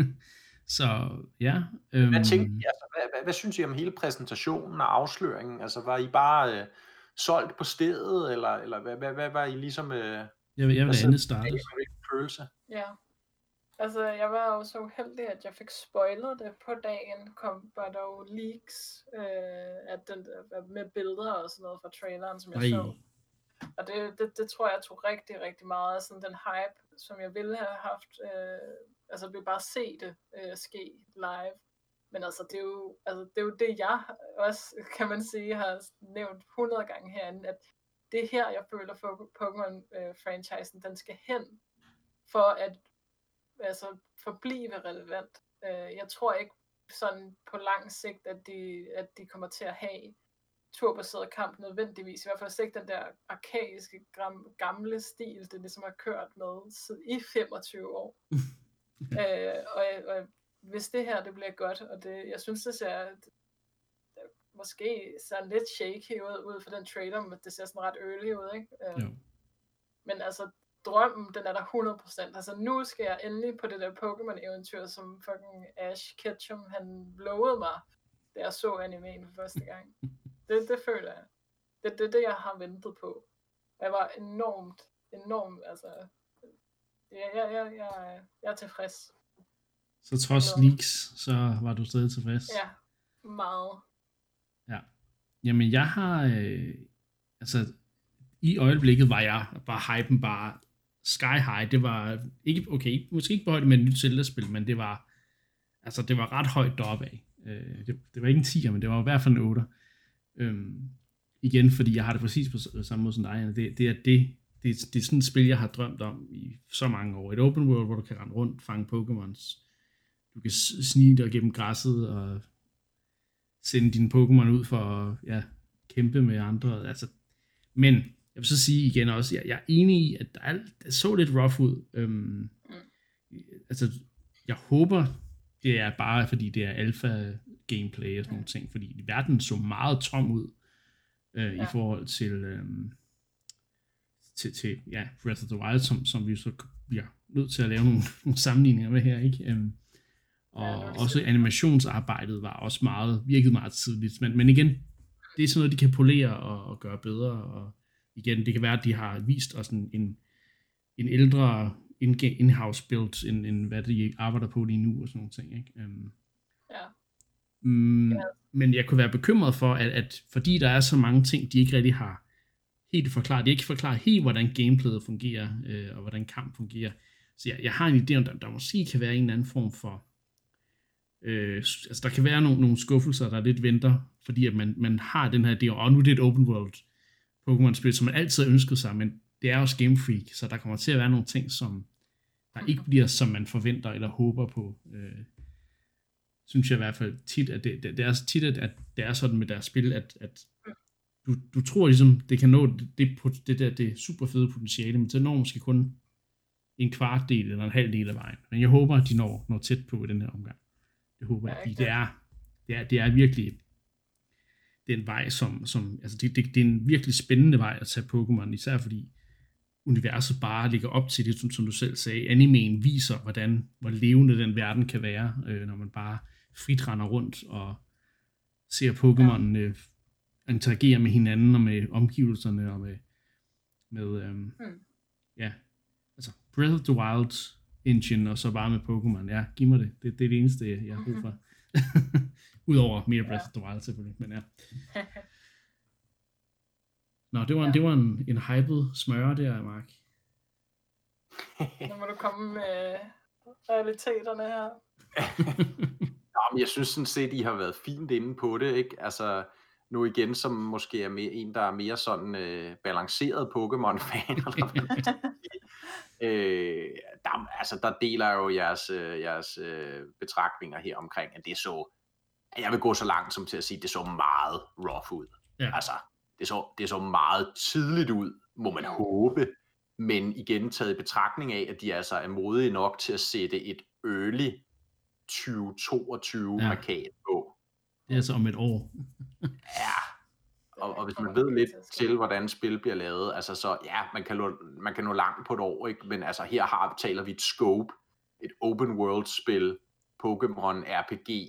Så ja. Øhm... Hvad, tænkte, altså, hvad, hvad, hvad synes I om hele præsentationen og afsløringen? Altså var I bare øh, solgt på stedet, eller, eller hvad, hvad, hvad var I ligesom... Øh, Jeg vil, jeg vil andet starte. Følelse. Ja. Altså, jeg var jo så uheldig, at jeg fik spoilet det på dagen. Kom var der jo leaks øh, at den, med billeder og sådan noget fra traileren, som jeg Ej. så. Og det, det, det tror jeg tog rigtig, rigtig meget af sådan den hype, som jeg ville have haft. Øh, altså, vi bare se det øh, ske live. Men altså det, er jo, altså, det er jo det, jeg også, kan man sige, har nævnt hundrede gange herinde, at det er her, jeg føler, for Pokémon-franchisen, den skal hen, for at altså, forblive relevant. Jeg tror ikke sådan på lang sigt, at de, at de kommer til at have turbaseret kamp nødvendigvis. I hvert fald ikke den der arkaiske, gamle stil, det ligesom har kørt med i femogtyve år. øh, og, og hvis det her, det bliver godt, og det, jeg synes, det ser... måske ser lidt shaky ud, ud for den trailer, men det ser sådan ret early ud, ikke? Jo. Men altså, drømmen, den er der hundrede procent. Altså, nu skal jeg endelig på det der Pokémon-eventyr, som fucking Ash Ketchum, han lovede mig, da jeg så animeen for første gang. det, det føler jeg. Det er det, det, jeg har ventet på. Jeg var enormt, enormt, altså... Jeg, jeg, jeg, jeg, jeg er tilfreds. Så trods leaks, så var du stadig tilfreds? Ja, meget. Ja, jamen jeg har, øh, altså i øjeblikket var jeg, var hypen bare sky high. Det var ikke, okay, måske ikke på højde med et nyt Zelda-spil, men det var, altså det var ret højt deroppe af. Øh, det, det var ikke en tier, men det var i hvert fald en otter. Øhm, igen, fordi jeg har det præcis på samme måde som dig. Det, det er det, det, det er sådan et spil, jeg har drømt om i så mange år. Et open world, hvor du kan rende rundt, fange Pokémons. Du kan snige dig gennem græsset og sende dine Pokémon ud for at ja, kæmpe med andre. Altså, men jeg vil så sige igen også, jeg, jeg er enig i, at der, er, der så lidt rough ud. Øhm, mm. Altså, jeg håber, det er bare, fordi det er alpha gameplay og sådan mm. nogle ting, fordi verden så meget tom ud øh, ja. i forhold til, øhm, til, til ja, Breath of the Wild, som, som vi så bliver nødt til at lave nogle, nogle sammenligninger med her, ikke? Øhm, Og ja, også animationsarbejdet var også meget, virkede meget tidligt. Men, men igen, det er sådan noget, de kan polere og, og gøre bedre. Og igen, det kan være, at de har vist os en, en, en ældre in-house build, end, end hvad de arbejder på lige nu og sådan nogle ting. Ikke? Um, ja. Um, ja. Men jeg kunne være bekymret for, at, at fordi der er så mange ting, de ikke rigtig har helt forklaret. De ikke forklaret helt, hvordan gameplayet fungerer, øh, og hvordan kamp fungerer. Så jeg, jeg har en idé om, der, der måske kan være en eller anden form for Øh, altså der kan være nogle, nogle skuffelser, der lidt venter, fordi at man, man har den her idé, og nu det er et open world Pokémon-spil, som man altid har ønsket sig, men det er også Game Freak, så der kommer til at være nogle ting, som der ikke bliver, som man forventer eller håber på. Øh, synes jeg i hvert fald tit, at det, det, det er tit, at, at det er sådan med deres spil, at, at du, du tror ligesom, det kan nå det, det, det der det super fede potentiale, men så når måske kun en kvart del eller en halv del af vejen. Men jeg håber, at de når, når tæt på i den her omgang. Det håber jeg, fordi det er, det er, det er virkelig den vej, som, som altså det, det, det er en virkelig spændende vej at tage Pokémon, især fordi universet bare ligger op til det, som, som du selv sagde. Animeen viser, hvordan, hvor levende den verden kan være, øh, når man bare frit render rundt og ser Pokémon øh, interagere med hinanden og med omgivelserne og med, med øhm, mm. ja, altså Breath of the Wild engine og så bare med Pokémon. Ja, giv mig det. Det, det er det eneste, jeg har brug for. Udover mere Breath ja. of the Wild selvfølgelig, men ja. Nå, det var, en, ja. det var en, en hyped smøre der, Mark. Nu må du komme med realiteterne her. Nå, men jeg synes sådan set, I har været fint inde på det, ikke? Altså, nu igen, som måske er mere, en, der er mere sådan øh, balanceret Pokémon-fan, eller hvad man skal sige. øh, der, altså, der deler jo jeres, øh, jeres øh, betragtninger her omkring, at det så, jeg vil gå så langt som til at sige, at det så meget rough ud. Ja. Altså, det så, det så meget tidligt ud, må man håbe, men igen taget i betragtning af, at de altså er modige nok til at sætte et early tyve toogtyve-markat ja. på. Det er altså om et år. Ja, og, og hvis man ved lidt til, hvordan spil bliver lavet, altså så, ja, man kan, nå, man kan nå langt på et år, ikke? Men altså her har, taler vi et scope, et open world spil, Pokémon R P G,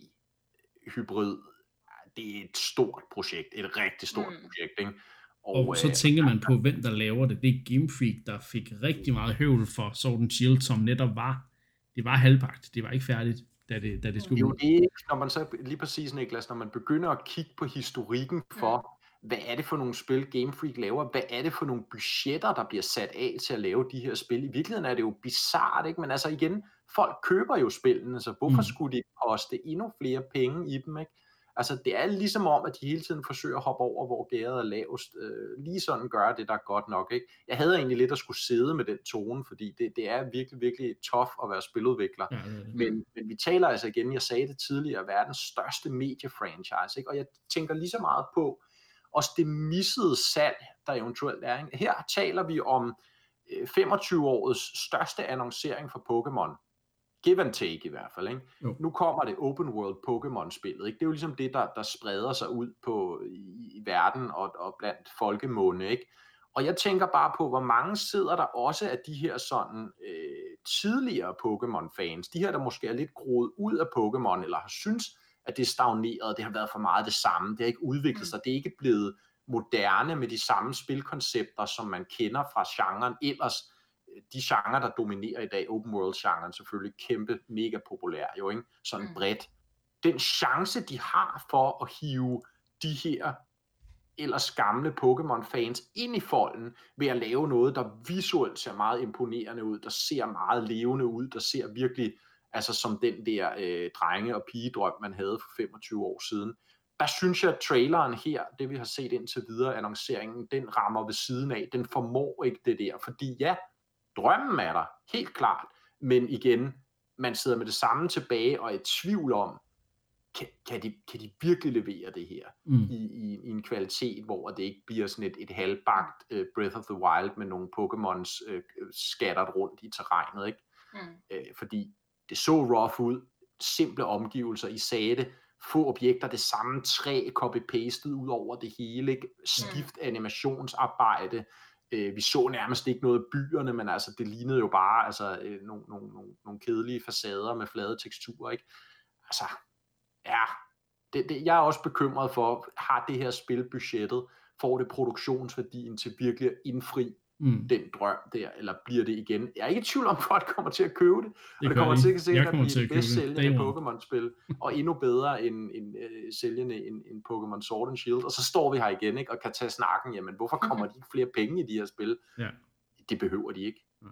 hybrid, det er et stort projekt, et rigtig stort mm. projekt, ikke? Og, og så tænker man på, hvem der laver det. Det er Game Freak, der fik rigtig meget høvl for Sword and Shield, som netop var, det var halvpagt, det var ikke færdigt, da det, da det skulle ud. Det er jo ikke, når man så, lige præcis Niklas, når man begynder at kigge på historikken for, mm. hvad er det for nogle spil Game Freak laver, hvad er det for nogle budgetter, der bliver sat af til at lave de her spil. I virkeligheden er det jo bizarrt, ikke? Men altså igen, folk køber jo spillene, så hvorfor mm. skulle de koste endnu flere penge i dem, ikke? Altså, det er ligesom om, at de hele tiden forsøger at hoppe over, hvor gæret er lavest. Øh, lige sådan gør det, der er godt nok, ikke? Jeg havde egentlig lidt at skulle sidde med den tone, fordi det, det er virkelig, virkelig tough at være spiludvikler. Ja, ja, ja. Men, men vi taler altså igen, jeg sagde det tidligere, verdens største mediefranchise, ikke? Og jeg tænker lige så meget på også det missede salg, der eventuelt er. Ikke? Her taler vi om øh, femogtyve-årets største annoncering for Pokémon. Give and take i hvert fald, ikke? Nu kommer det open world Pokémon-spillet, ikke? Det er jo ligesom det, der, der spreder sig ud på, i, i verden og, og blandt folkemunde, ikke? Og jeg tænker bare på, hvor mange sidder der også af de her sådan øh, tidligere Pokémon-fans, de her, der måske er lidt groet ud af Pokémon, eller har synes, at det er stagneret, det har været for meget det samme, det har ikke udviklet sig, det er ikke blevet moderne med de samme spilkoncepter, som man kender fra genren ellers. De genrer, der dominerer i dag, open world-genren selvfølgelig kæmpe, mega populær jo, ikke? Sådan bredt. Den chance, de har for at hive de her ellers gamle Pokémon-fans ind i folden, ved at lave noget, der visuelt ser meget imponerende ud, der ser meget levende ud, der ser virkelig, altså som den der øh, drenge- og pigedrøm, man havde for femogtyve år siden. Der synes jeg, at traileren her, det vi har set indtil videre, annonceringen, den rammer ved siden af, den formår ikke det der, fordi ja, drømmen er der, helt klart, men igen, man sidder med det samme tilbage og er i tvivl om, kan, kan, de, kan de virkelig levere det her mm. i, i, i en kvalitet, hvor det ikke bliver sådan et, et halvbagt uh, Breath of the Wild med nogle Pokémons uh, skattert rundt i terrænet, ikke? Mm. Uh, fordi det så rough ud, simple omgivelser, I sagde det, få objekter, det samme træ, copy-pastet ud over det hele, ikke? Skift animationsarbejde. Vi så nærmest ikke noget af byerne, men altså det lignede jo bare altså nogle, nogle, nogle, nogle kedelige facader med flade teksturer, ikke? Altså, ja, det, det, jeg er også bekymret for, har det her spil budgettet, får det produktionsværdien til virkelig at indfri mm. den drøm der, eller bliver det igen? Jeg er ikke i tvivl om, folk kommer til at købe det, det og det kommer sikkert sikkert at blive det bedst sælgende Pokémon-spil, og endnu bedre end, end uh, sælgende end, end Pokémon Sword and Shield, og så står vi her igen, ikke, og kan tage snakken, jamen hvorfor kommer de ikke flere penge i de her spil? Ja. Det behøver de ikke. Nej.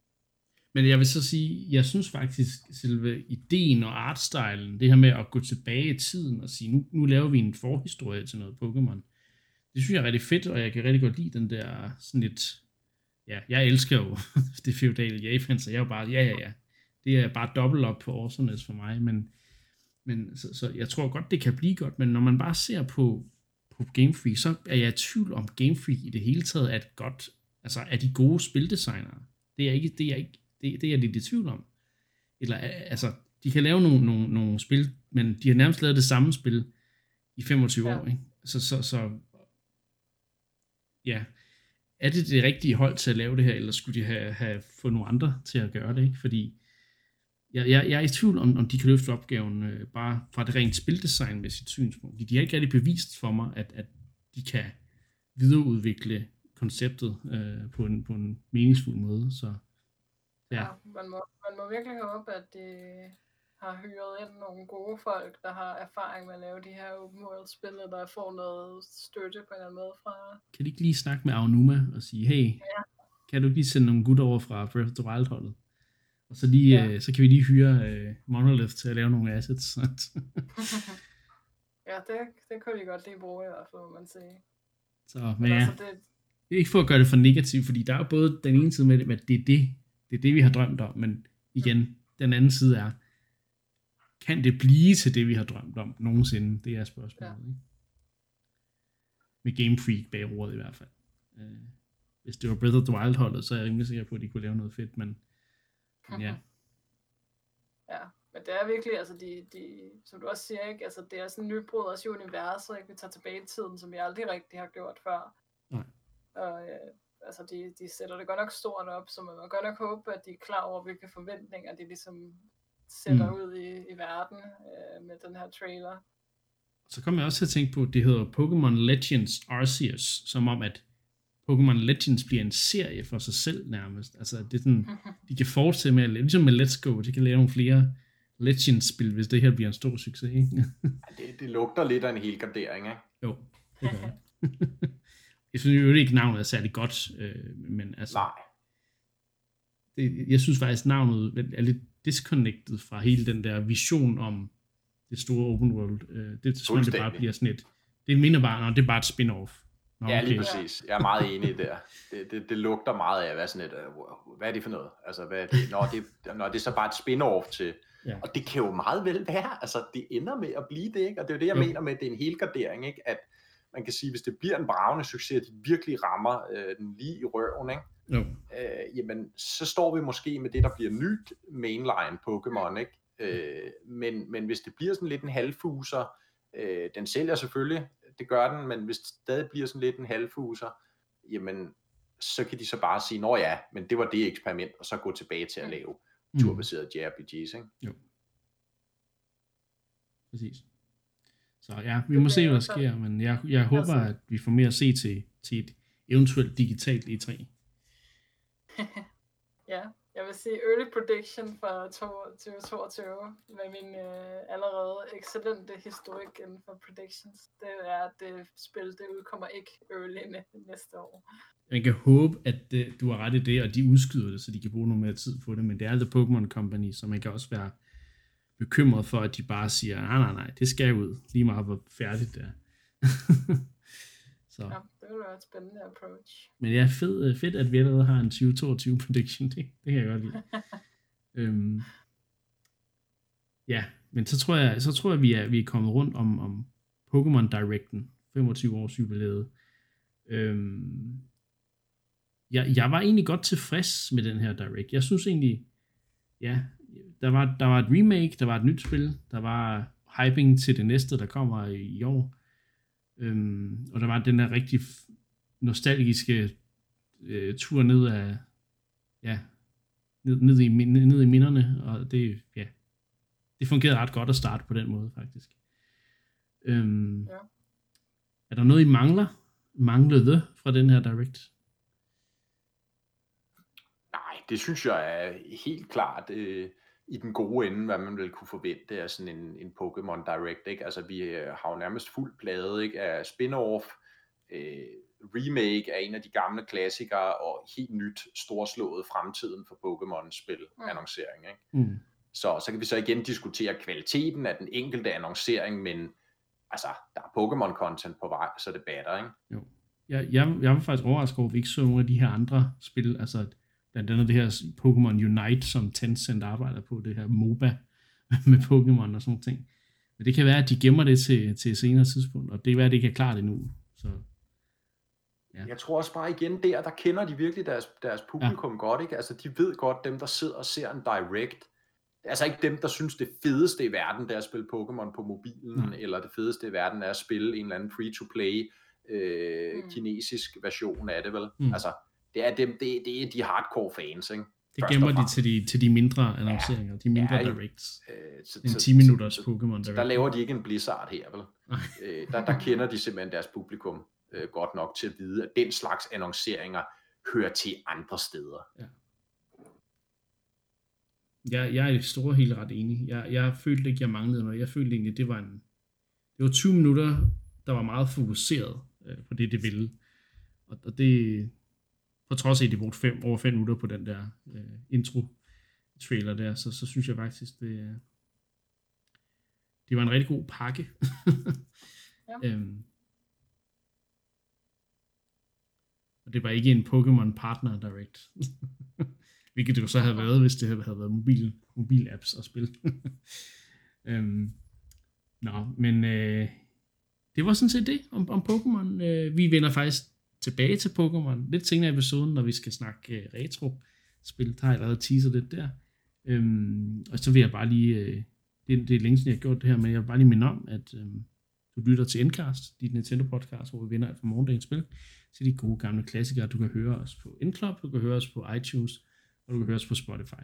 Men jeg vil så sige, jeg synes faktisk, selve ideen og artstylen, det her med at gå tilbage i tiden og sige, nu, nu laver vi en forhistorie til noget Pokémon, det synes jeg er rigtig fedt, og jeg kan rigtig godt lide den der sådan lidt, ja, jeg elsker jo det feudale Japan, så jeg er jo bare, ja, ja, ja, det er bare dobbelt op på awesomeness for mig, men Men så, så jeg tror godt, det kan blive godt, men når man bare ser på, på Game Freak, så er jeg i tvivl om Game Freak i det hele taget er et godt, altså er de gode spildesignere. Det er ikke, det er ikke, det, det er jeg lidt i tvivl om. Eller altså, de kan lave nogle, nogle, nogle spil, men de har nærmest lavet det samme spil i femogtyve ja. år, ikke? Så, så, så ja, er det det rigtige hold til at lave det her, eller skulle de have, have fået nogle andre til at gøre det, ikke? Fordi jeg, jeg, jeg er i tvivl om, om de kan løfte opgaven øh, bare fra det rent spildesign med sit synspunkt. De, de har ikke rigtig bevist for mig, at, at de kan videreudvikle konceptet øh, på, en, på en meningsfuld måde, så ja. ja man, må, man må virkelig håbe, at de har hyret ind nogle gode folk, der har erfaring med at lave de her open world spil, der får noget støtte på en eller anden måde fra... Kan de ikke lige snakke med Aonuma og sige, hey, ja. kan du ikke lige sende nogle gutter over fra Breath of the Wild-holdet? Og så, lige, ja. øh, så kan vi lige hyre øh, Monolith til at lave nogle assets. ja, det, det kunne de godt lige bruge i hvert fald, må man sige. Så, men, men ja, altså, det... det er ikke for at gøre det for negativt, fordi der er jo både den ene side med det, at det er det, det er det, vi har drømt om, men igen, mm. den anden side er, kan det blive til det, vi har drømt om nogensinde? Det er spørgsmålet. Ja. Ikke? Med Game Freak bag roret i hvert fald. Øh, hvis det var Breath of the Wild-holdet, så er jeg rimelig sikker på, at de kunne lave noget fedt, men, men ja. Ja, men det er virkelig, altså de, de, som du også siger, ikke? Altså det er sådan en nybrud også i universet, ikke? Vi tager tilbage i tiden, som vi aldrig rigtig har gjort før. Nej. Og øh, altså de, de sætter det godt nok stort op, så man må godt nok håbe, at de er klar over, hvilke forventninger de ligesom sætter mm. ud i, i verden øh, med den her trailer. Så kommer jeg også til at tænke på, at det hedder Pokémon Legends Arceus, som om at Pokémon Legends bliver en serie for sig selv nærmest. Altså det er sådan, de kan fortsætte med, ligesom med Let's Go, de kan lave nogle flere Legends-spil, hvis det her bliver en stor succes, ikke? det, det lugter lidt af en hel gardering, ikke? Jo, det gør det. Jeg synes jo ikke, navnet er særlig godt, øh, men altså... Nej. Det, jeg synes faktisk, navnet er lidt disconnected fra hele den der vision om det store open world. Øh, det tror jeg, det bare bliver sådan et... Det minder bare, det er bare et spin-off. Nå, ja, lige okay. Præcis. Jeg er meget enig der. Det, det, det lugter meget af, hvad, sådan et, uh, hvad er det for noget? Altså, hvad er det? Nå, det, nå, det er så bare et spin-off til... Ja. Og det kan jo meget vel være, altså det ender med at blive det, ikke? Og det er jo det, jeg jo. mener med, at det er en helgardering, ikke? At man kan sige, hvis det bliver en bravende succes, at de virkelig rammer øh, den lige i røven, ikke? Jo. Øh, jamen, så står vi måske med det, der bliver nyt mainline Pokémon, ikke? Øh, men, men hvis det bliver sådan lidt en halvfuser, øh, den sælger selvfølgelig, det gør den, men hvis det stadig bliver sådan lidt en halvfuser, jamen, så kan de så bare sige, nå ja, men det var det eksperiment, og så gå tilbage til at lave mm. turbaserede J R P Gs, ikke? Jo. Præcis. Så ja, vi må se, hvad der sker, men jeg, jeg håber, at vi får mere at se til, til et eventuelt digitalt E tre. Ja, jeg vil sige early prediction for tyve toogtyve med min øh, allerede excellente historik inden for predictions. Det er, at det spil, det udkommer ikke early næste år. Man kan håbe, at det, du har ret i det, og de udskyder det, så de kan bruge noget mere tid på det, men det er The Pokémon Company, så man kan også være bekymret for, at de bare siger, nej, nej, nej, det skal ud, lige meget hvor færdigt det er. Så. Ja, det vil være et spændende approach. Men ja, fed, fedt, at vi allerede har en tyve toogtyve prediction, det, det kan jeg godt lide. øhm, ja, men så tror jeg, så tror jeg, vi er, vi er kommet rundt om, om Pokémon Directen, femogtyve års jubilæet. Øhm, jeg, jeg var egentlig godt tilfreds med den her Direct. Jeg synes egentlig, ja, der var, der var et remake, der var et nyt spil, der var hyping til det næste, der kommer i, i år. Øhm, og der var den der rigtig nostalgiske øh, tur ned af, ja, ned, ned, i, ned, ned i minderne, og det, ja, det fungerede ret godt at starte på den måde, faktisk. Øhm, ja. Er der noget, I mangler? Manglede fra den her Direct? Nej, det synes jeg er helt klart øh, i den gode ende, hvad man vil kunne forvente af sådan en, en Pokémon Direct, ikke? Altså vi øh, har jo nærmest fuld plade, ikke? Af spin-off, øh, remake af en af de gamle klassikere, og helt nyt storslået fremtiden for Pokémon-spil mm. annoncering, ikke? Mm. Så, så kan vi så igen diskutere kvaliteten af den enkelte annoncering, men altså, der er Pokémon-content på vej, så det batter, ikke? Jo. Jeg, jeg, jeg var faktisk overrasket over, at vi ikke så nogle af de her andre spil, altså blandt andet det her Pokémon Unite, som Tencent arbejder på, det her MOBA med Pokémon og sådan ting. Men det kan være, at de gemmer det til, til et senere tidspunkt, og det kan være, at det ikke er klart endnu. Så, ja. Jeg tror også bare igen der, der kender de virkelig deres, deres publikum ja. godt, ikke? Altså de ved godt, dem der sidder og ser en direct, altså ikke dem, der synes det fedeste i verden, der er at spille Pokémon på mobilen, mm. eller det fedeste i verden er at spille en eller anden free-to-play øh, mm. kinesisk version af det, vel? Mm. Altså, det er, dem, det, det er de hardcore fans, ikke? Det gemmer de til de, til de mindre annonceringer, ja, de mindre ja, directs. Øh, så, en ti minutters Pokémon direct. Der laver de ikke en Blizzard her, vel? øh, der, der kender de simpelthen deres publikum øh, godt nok til at vide, at den slags annonceringer hører til andre steder. Ja. Jeg, jeg er i det store hele ret enig. Jeg, jeg følte ikke, jeg manglede noget. Jeg følte egentlig, det var en, det var tyve minutter, der var meget fokuseret øh, på det, det ville. Og, og det, på trods af, at de brugte fem, over fem minutter på den der øh, intro-trailer der, så, så synes jeg faktisk, det, det var en rigtig god pakke. Ja. øhm, og det var ikke en Pokémon Partner Direct. Hvilket det jo så havde været, hvis det havde været mobil, mobil apps at spille. øhm, nå, men øh, det var sådan set det om, om Pokémon. Øh, vi vender faktisk tilbage til Pokémon lidt senere i episoden, når vi skal snakke øh, retro-spil. Der har jeg allerede teaser lidt der. Øhm, og så vil jeg bare lige, øh, det, det er længe siden jeg har gjort det her, men jeg vil bare lige minde om, at øh, du lytter til Endcast, dit Nintendo-podcast, hvor vi vinder alt for morgendagens spil, til de gode gamle klassikere. Du kan høre os på Endclub, du kan høre os på iTunes, og du kan høre os på Spotify.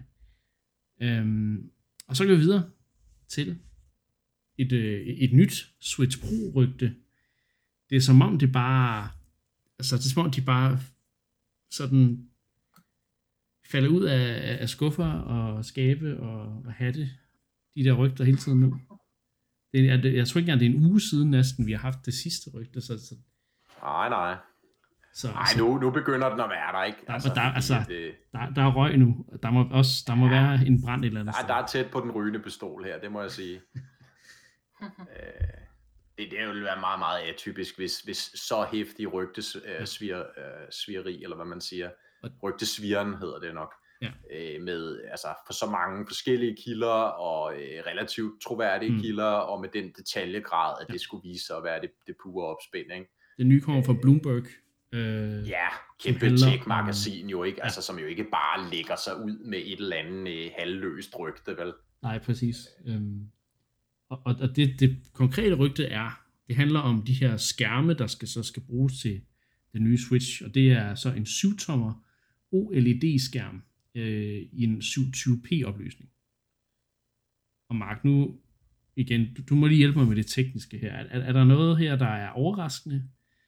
Øhm, og så går vi videre til et, øh, et nyt Switch Pro-rygte. Det er som om det bare, altså det er som om de bare sådan falder ud af, af skuffer og skabe og, og hatte, de der rygter hele tiden nu. Det er, jeg tror ikke engang, det er en uge siden næsten, vi har haft det sidste rygte. Så, så. Nej, nej. Så, Nej, nu, nu begynder den at være der, ikke? Der, altså, der, altså, det, der, der er røg nu. Der må også der må ja, være en brand et eller andet der, der er tæt på den rygende pistol her, det må jeg sige. øh, det, det ville være meget, meget atypisk, hvis, hvis så hæftig rygtesvigeri, øh, eller hvad man siger, rygtesvigeren hedder det nok, ja. øh, med altså, for så mange forskellige kilder, og øh, relativt troværdige mm. kilder, og med den detaljegrad, at ja. det skulle vise sig at være det, det pure opspænding. Det nye kommer fra Bloomberg. Øh, ja, kæmpe tech-magasin jo ikke, ja. altså som jo ikke bare lægger sig ud med et eller andet øh, halvløst rygte, vel? Nej, præcis. Øhm, og og det, det konkrete rygte er, det handler om de her skærme, der skal, så skal bruges til den nye Switch, og det er så en syv tommer O L E D-skærm øh, i en syv tyve p opløsning. Og Mark, nu igen, du, du må lige hjælpe mig med det tekniske her. Er, er, er der noget her, der er overraskende?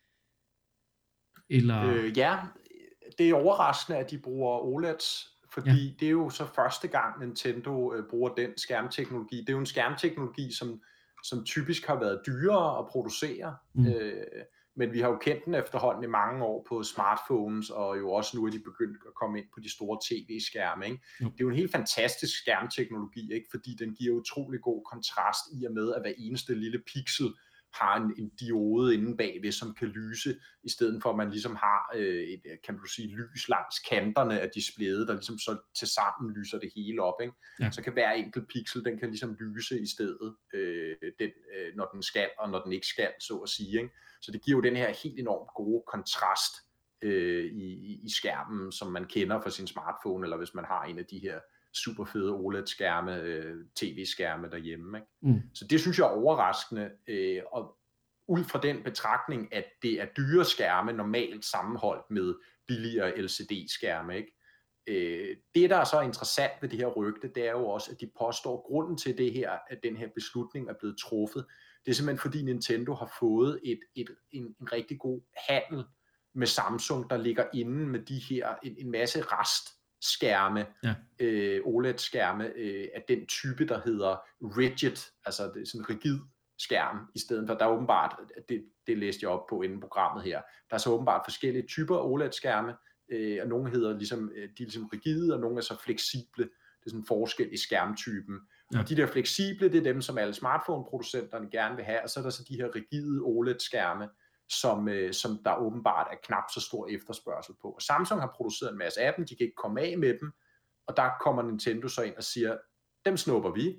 Eller... Øh, ja, det er overraskende, at de bruger O L E Ds, fordi ja. det er jo så første gang Nintendo øh, bruger den skærmteknologi. Det er jo en skærmteknologi, som, som typisk har været dyrere at producere, mm. øh, men vi har jo kendt den efterhånden i mange år på smartphones, og jo også nu er de begyndt at komme ind på de store tv-skærme. Ikke? Mm. Det er jo en helt fantastisk skærmteknologi, ikke? Fordi den giver utrolig god kontrast i og med, at hver eneste lille pixel har en, en diode inde bagved, som kan lyse, i stedet for at man ligesom har øh, et, kan du sige, lys langs kanterne af displayet, der ligesom så til sammen lyser det hele op, ikke? Ja. Så kan hver enkelt pixel, den kan ligesom lyse i stedet, øh, den, øh, når den skal, og når den ikke skal, så at sige, ikke? Så det giver jo den her helt enormt gode kontrast øh, i, i skærmen, som man kender fra sin smartphone, eller hvis man har en af de her super fede O L E D-skærme, øh, tv-skærme derhjemme. Ikke? Mm. Så det synes jeg er overraskende, øh, og ud fra den betragtning, at det er dyre skærme normalt sammenholdt med billigere L C D-skærme. Ikke? Øh, det, der er så interessant ved det her rygte, det er jo også, at de påstår, at grunden til det her, at den her beslutning er blevet truffet, det er simpelthen fordi Nintendo har fået et, et, en, en rigtig god handel med Samsung, der ligger inde med de her, en, en masse rest skærme, ja. øh, O L E D-skærme øh, af den type, der hedder rigid, altså det er sådan en rigid skærm, i stedet for, der er åbenbart, det, det læste jeg op på inden programmet her, der er så åbenbart forskellige typer O L E D-skærme, øh, og nogle hedder ligesom, de er ligesom rigide, og nogle er så fleksible, det er sådan en forskel i skærmtypen, ja. Og de der fleksible, det er dem, som alle smartphone-producenterne gerne vil have, og så er der så de her rigide O L E D-skærme, Som, øh, som der åbenbart er knap så stor efterspørgsel på. Og Samsung har produceret en masse af dem, de kan ikke komme af med dem, og der kommer Nintendo så ind og siger, dem snupper vi,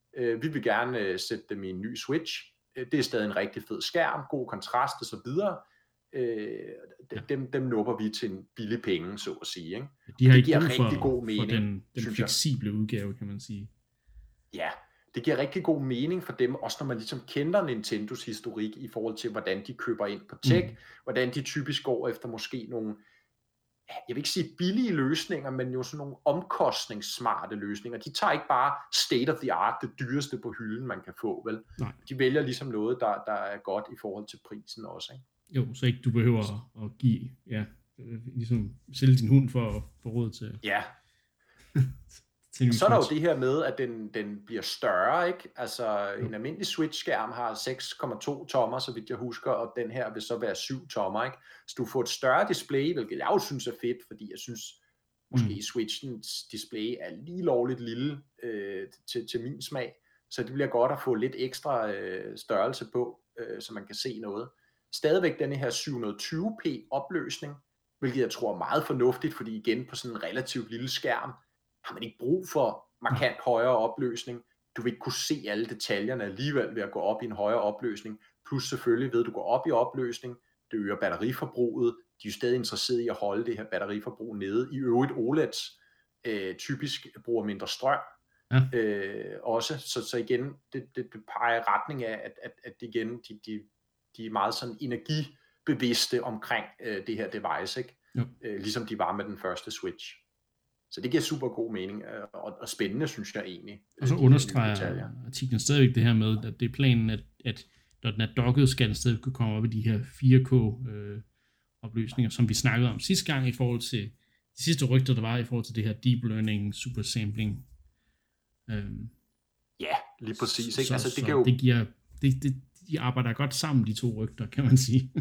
Øh, vi vil gerne øh, sætte dem i en ny Switch. Øh, det er stadig en rigtig fed skærm, god kontrast og så videre. Øh, Ja. dem, dem nupper vi til en billig penge, så at sige. Ikke? De har det ikke giver brug rigtig for, god mening, for den, den synes jeg. fleksible udgave, kan man sige. Ja, det giver rigtig god mening for dem, også når man ligesom kender Nintendos historik i forhold til, hvordan de køber ind på tech, mm. hvordan de typisk går efter måske nogle, jeg vil ikke sige billige løsninger, men jo sådan nogle omkostningssmarte løsninger. De tager ikke bare state of the art, det dyreste på hylden, man kan få, vel? Nej. De vælger ligesom noget, der, der er godt i forhold til prisen også, ikke? Jo, så ikke du behøver at, at give, ja, ligesom sælge din hund for at få råd til. Ja. til så er der jo det her med, at den, den bliver større, ikke? Altså en almindelig Switch-skærm har seks komma to tommer, så vidt jeg husker, og den her vil så være syv tommer, ikke? Så du får et større display, hvilket jeg jo synes er fedt, fordi jeg synes, måske mm. Switchens display er lige lovligt lille øh, til, til min smag, så det bliver godt at få lidt ekstra øh, størrelse på, øh, så man kan se noget. Stadigvæk denne her syv hundrede og tyve p opløsning, hvilket jeg tror er meget fornuftigt, fordi igen på sådan en relativt lille skærm, har man ikke brug for markant højere opløsning. Du vil ikke kunne se alle detaljerne alligevel ved at gå op i en højere opløsning. Plus selvfølgelig ved at du går op i opløsning, det øger batteriforbruget. De er jo stadig interesserede i at holde det her batteriforbrug nede. I øvrigt O L E Ds øh, typisk bruger mindre strøm. Ja. Øh, også. Så, så igen, det, det, det peger i retning af, at, at, at igen, de, de, de er meget sådan energibevidste omkring øh, det her device, ikke? Ja. Øh, ligesom de var med den første Switch. Så det giver super god mening, og, og spændende, synes jeg egentlig. Og så understreger artiklen stadigvæk det her med, at det er planen, at, at når den er docket, skal den stadig kunne komme op i de her fire K øh, opløsninger, som vi snakkede om sidste gang i forhold til de sidste rygter, der var i forhold til det her deep learning, super sampling. Øhm, ja, lige præcis. Ikke? Så, altså, det, så kan jo... det giver, det, det, de arbejder godt sammen, de to rygter, kan man sige.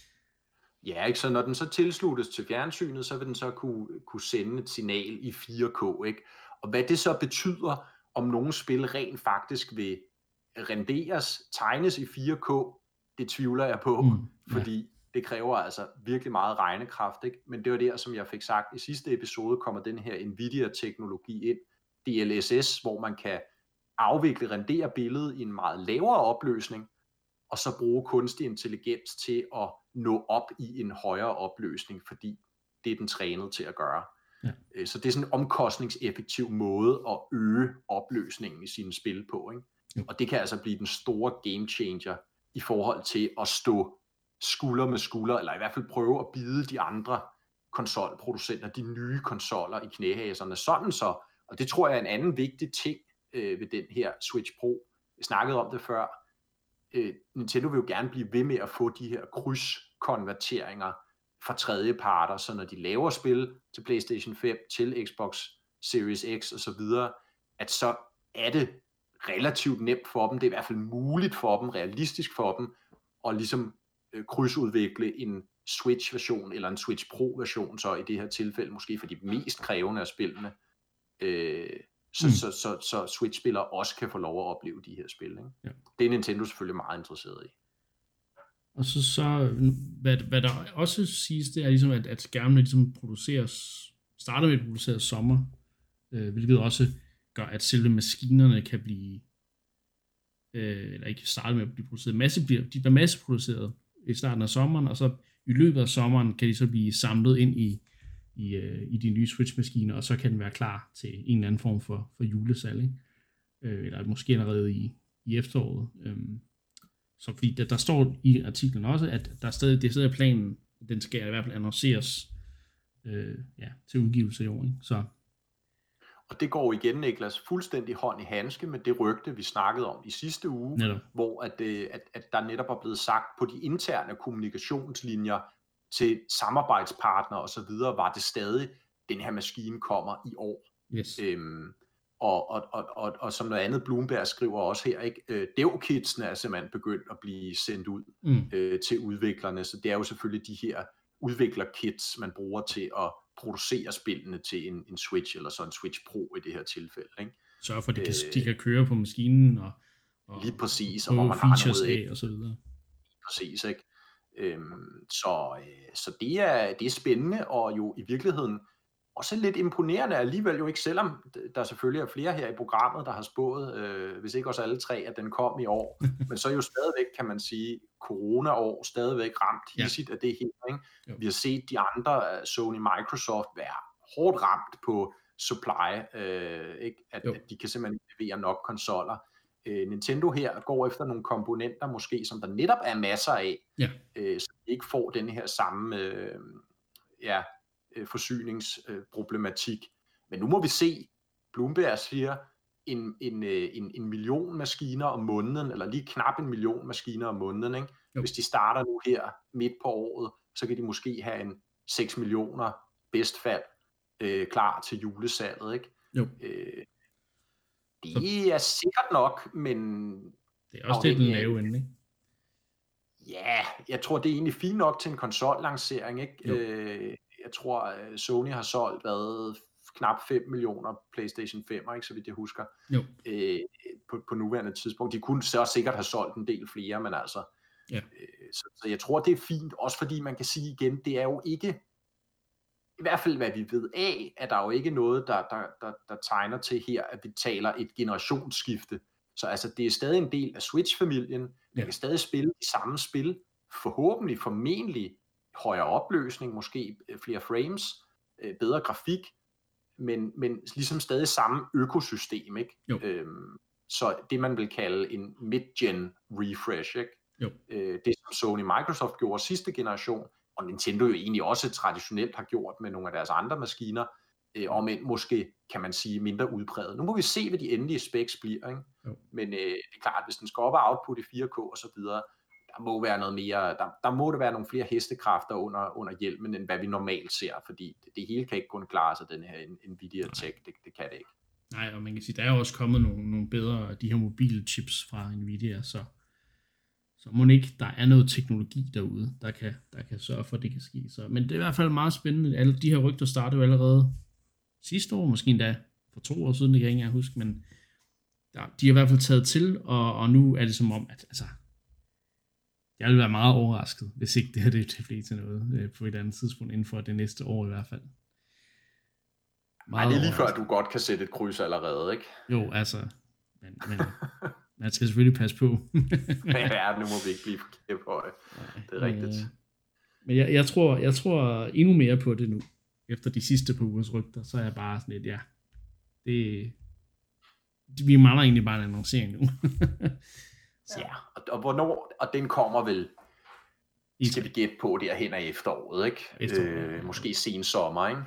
Ja, ikke? Så når den så tilsluttes til fjernsynet, så vil den så kunne, kunne sende et signal i fire K, ikke? Og hvad det så betyder, om nogle spil rent faktisk vil renderes, tegnes i fire K, det tvivler jeg på, mm, ja. Fordi det kræver altså virkelig meget regnekraft, ikke? Men det var der, som jeg fik sagt i sidste episode, kommer den her Nvidia-teknologi ind, D L S S, hvor man kan afvikle, rendere billedet i en meget lavere opløsning, og så bruge kunstig intelligens til at nå op i en højere opløsning, fordi det er den trænet til at gøre. Ja. Så det er sådan en omkostningseffektiv måde at øge opløsningen i sine spil på, ikke? Ja. Og det kan altså blive den store game changer i forhold til at stå skulder med skulder, eller i hvert fald prøve at bide de andre konsolproducenter, de nye konsoller i knæhæserne, sådan så, og det tror jeg er en anden vigtig ting øh, ved den her Switch Pro. Vi snakkede om det før, øh, Nintendo vil jo gerne blive ved med at få de her krydskonverteringer fra tredjeparter, så når de laver spil til PlayStation fem, til Xbox Series X og så videre, at så er det relativt nemt for dem, det er i hvert fald muligt for dem, realistisk for dem, at ligesom øh, krydsudvikle en Switch-version, eller en Switch Pro-version, så i det her tilfælde måske for de mest krævende af spillene, øh, så, mm. så, så, så Switch-spillere også kan få lov at opleve de her spil. Ikke? Ja. Det er Nintendo selvfølgelig meget interesseret i. Og så, så hvad, hvad der også siges, det er ligesom, at, at skærmene ligesom produceres, starter med at producere sommer, øh, hvilket også gør, at selve maskinerne kan blive, øh, eller ikke starte med at blive produceret, masse, bliver, de bliver masseproduceret i starten af sommeren, og så i løbet af sommeren kan de så blive samlet ind i, i, øh, i de nye Switch-maskiner, og så kan den være klar til en eller anden form for, for julesalg, ikke? Øh, eller måske allerede i, i efteråret. Øh, så fordi der, der står i artiklen også, at der er stadig, det er stadig planen, den skal i hvert fald annonceres øh, ja, til udgivelse i år, ikke? Så og det går igen, Niklas, fuldstændig hånd i handske med det rygte, vi snakkede om i sidste uge, netop. Hvor at, at, at der netop er blevet sagt på de interne kommunikationslinjer til samarbejdspartnere osv., var det stadig, den her maskine kommer i år. Yes. Øhm, og, og, og, og, og som noget andet, Bloomberg skriver også her, ikke? Øh, Dev-kitsene er simpelthen begyndt at blive sendt ud mm. øh, til udviklerne, så det er jo selvfølgelig de her udviklerkits, man bruger til at producere spillene til en, en Switch, eller så en Switch Pro i det her tilfælde. Ikke? Sørg for, at de, kan, øh, de kan køre på maskinen, og, og lige præcis, og hvor man har noget af, og så videre. Præcis, ikke? Øhm, så, øh, så det er, det er spændende, og jo i virkeligheden også lidt imponerende alligevel jo ikke, selvom der selvfølgelig er flere her i programmet, der har spået, øh, hvis ikke også alle tre, at den kom i år. Men så er jo stadigvæk, kan man sige, corona-år stadigvæk ramt hissigt ja. af det her. Ikke? Vi har set de andre, Sony, Microsoft, være hårdt ramt på supply, øh, ikke? At, at de kan simpelthen ikke levere nok konsoller. Øh, Nintendo her går efter nogle komponenter måske, som der netop er masser af, ja. øh, så de ikke får den her samme øh, ja, forsyningsproblematik. Men nu må vi se, Bloomberg siger, en, en, en, en million maskiner om måneden, eller lige knap en million maskiner om måneden. Ikke? Hvis de starter nu her midt på året, så kan de måske have en seks millioner bedst fald øh, klar til julesalget. Ikke? Jo. Øh, det er sikkert nok, men... Det er også det, den lave ende, ikke? Ja, jeg tror, det er egentlig fint nok til en konsollancering, ikke? Øh, jeg tror, Sony har solgt hvad, knap fem millioner PlayStation fem, ikke, så vidt jeg husker, jo. Øh, på, på nuværende tidspunkt. De kunne så sikkert have solgt en del flere, men altså... Ja. Øh, så, så jeg tror, det er fint, også fordi man kan sige igen, det er jo ikke... I hvert fald, hvad vi ved af, at der er jo ikke noget, der, der, der, der tegner til her, at vi taler et generationsskifte. Så altså, det er stadig en del af Switch-familien. Man ja. kan stadig spille de samme spil, forhåbentlig, formentlig højere opløsning, måske flere frames, bedre grafik, men, men ligesom stadig samme økosystem, ikke? Øhm, så det, man vil kalde en mid-gen refresh, ikke? Jo. Øh, det, som Sony Microsoft gjorde sidste generation, og Nintendo jo egentlig også traditionelt har gjort med nogle af deres andre maskiner, øh, om end måske, kan man sige, mindre udpræget. Nu må vi se, hvad de endelige specs bliver, ikke? Men øh, det er klart, hvis den skal op og output i fire K og så videre, der må være noget mere, der, der må det være nogle flere hestekræfter under, under hjelmen, end hvad vi normalt ser, fordi det, det hele kan ikke kun klare sig, den her Nvidia Tech, det, det kan det ikke. Nej, og man kan sige, der er også kommet nogle, nogle bedre, de her mobile chips fra Nvidia, så Så må ikke, der er noget teknologi derude, der kan, der kan sørge for, at det kan ske. Så, men det er i hvert fald meget spændende. Alle de her rygter startede jo allerede sidste år, måske endda for to år siden, det kan jeg ikke engang huske, men der, de har i hvert fald taget til, og, og nu er det som om, at altså, jeg vil være meget overrasket, hvis ikke det her det, det bliver til noget øh, på et andet tidspunkt, inden for det næste år i hvert fald. Nej, det er lige før, du godt kan sætte et kryds allerede, ikke? Jo, altså, men... men man skal selvfølgelig passe på. Ja, nu må vi ikke blive for kæphøje. Det er rigtigt. Øh, men jeg, jeg, tror, jeg tror endnu mere på det nu. Efter de sidste par ugers rygter, så er jeg bare sådan lidt, ja, det, vi mangler egentlig bare en annoncering nu. Ja, og, og hvornår, og den kommer vel, skal vi gætte på der hen af efteråret, ikke? Efteråret, øh, måske sen sommer, ikke?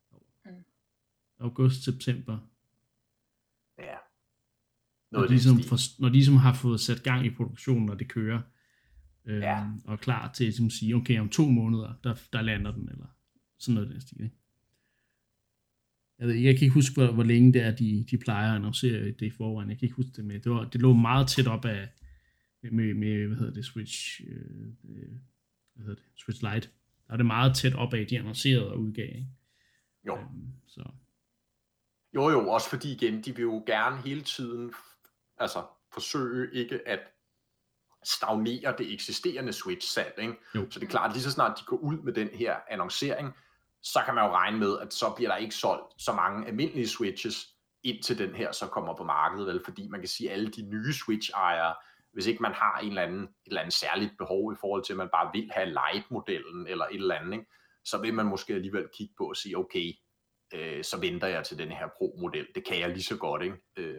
August, september. Ja. Når de, ligesom for, når de ligesom har fået sat gang i produktionen, og det kører, øh, ja. og er klar til at sige, okay, om to måneder, der, der lander den, eller sådan noget den stil. Jeg, ved, jeg kan ikke huske, hvor, hvor længe det er, de, de plejer at annoncere det i forvejen. Jeg kan ikke huske det med. Det, var, det lå meget tæt op af, med, med hvad hedder det, Switch, øh, hvad hedder det, Switch Lite. Der var det meget tæt op af, de annoncerede og udgav, ikke? Jo. Øhm, så. Jo, jo, også fordi igen, de vil jo gerne hele tiden altså forsøge ikke at stagnere det eksisterende Switch-salg, ikke? Så det er klart, lige så snart de går ud med den her annoncering, så kan man jo regne med, at så bliver der ikke solgt så mange almindelige Switches, indtil den her så kommer på markedet, vel? Fordi man kan sige, at alle de nye Switch-ejere, hvis ikke man har en eller anden, et eller andet særligt behov i forhold til, at man bare vil have Lite-modellen eller et eller andet, ikke? Så vil man måske alligevel kigge på og sige, okay, øh, så venter jeg til den her Pro-model. Det kan jeg lige så godt, ikke? Øh.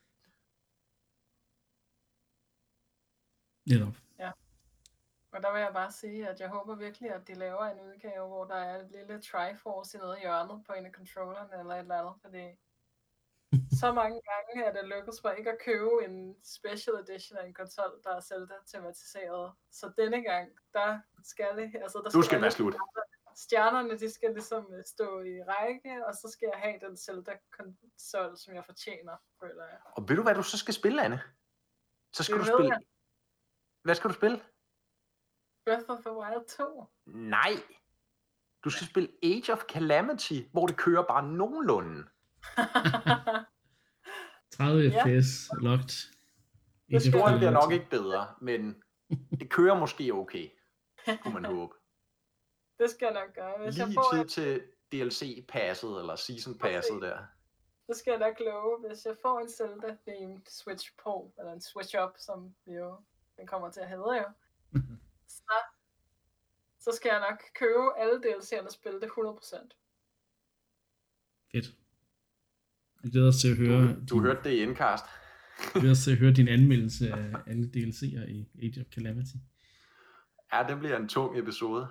Netop. Ja. Og der vil jeg bare sige, at jeg håber virkelig, at de laver en udgave, hvor der er et lille Triforce i noget hjørnet på en af controllerne eller et eller andet, fordi så mange gange er det lykkedes mig ikke at købe en special edition af en konsol, der er Zelda tematiseret. Så denne gang, der skal det, altså der skal, skal være slut. Stjernerne, de skal ligesom stå i række, og så skal jeg have den Zelda-konsol, som jeg fortjener, føler jeg. Og ved du, hvad du så skal spille, Anne? Så skal det du spille... Jeg. Hvad skal du spille? Breath of the Wild to. Nej. Du skal spille Age of Calamity, hvor det kører bare nogenlunde. tredive F P S locked. Historien bliver nok ikke bedre, men det kører måske okay, kunne man håbe. Det skal jeg nok gøre. Hvis Lige jeg får tid et... til, D L C-passet, eller season-passet der. Så skal jeg nok love, hvis jeg får en Zelda-themed Switch Pro, eller en Switch Up, som jo den kommer til at hedde jo, så, så skal jeg nok købe alle D L C'erne og spille det hundrede procent. Fedt. Jeg glæder os til at høre... Du, du din, hørte det i Endcast. Jeg glæder os til at høre din anmeldelse af alle D L C'er i Age of Calamity. Ja, det bliver en tung episode.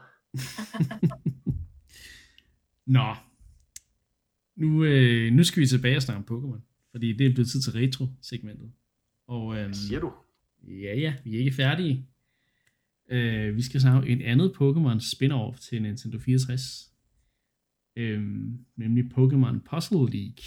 Nå. Nu, øh, nu skal vi tilbage og snakke om Pokémon. Fordi det er blevet tid til retro-segmentet. Og, øhm, Hvad siger du? Ja, ja, vi er ikke færdige. Øh, vi skal snakke en andet Pokémon spin-off til Nintendo fireogtres. Øhm, nemlig Pokémon Puzzle League.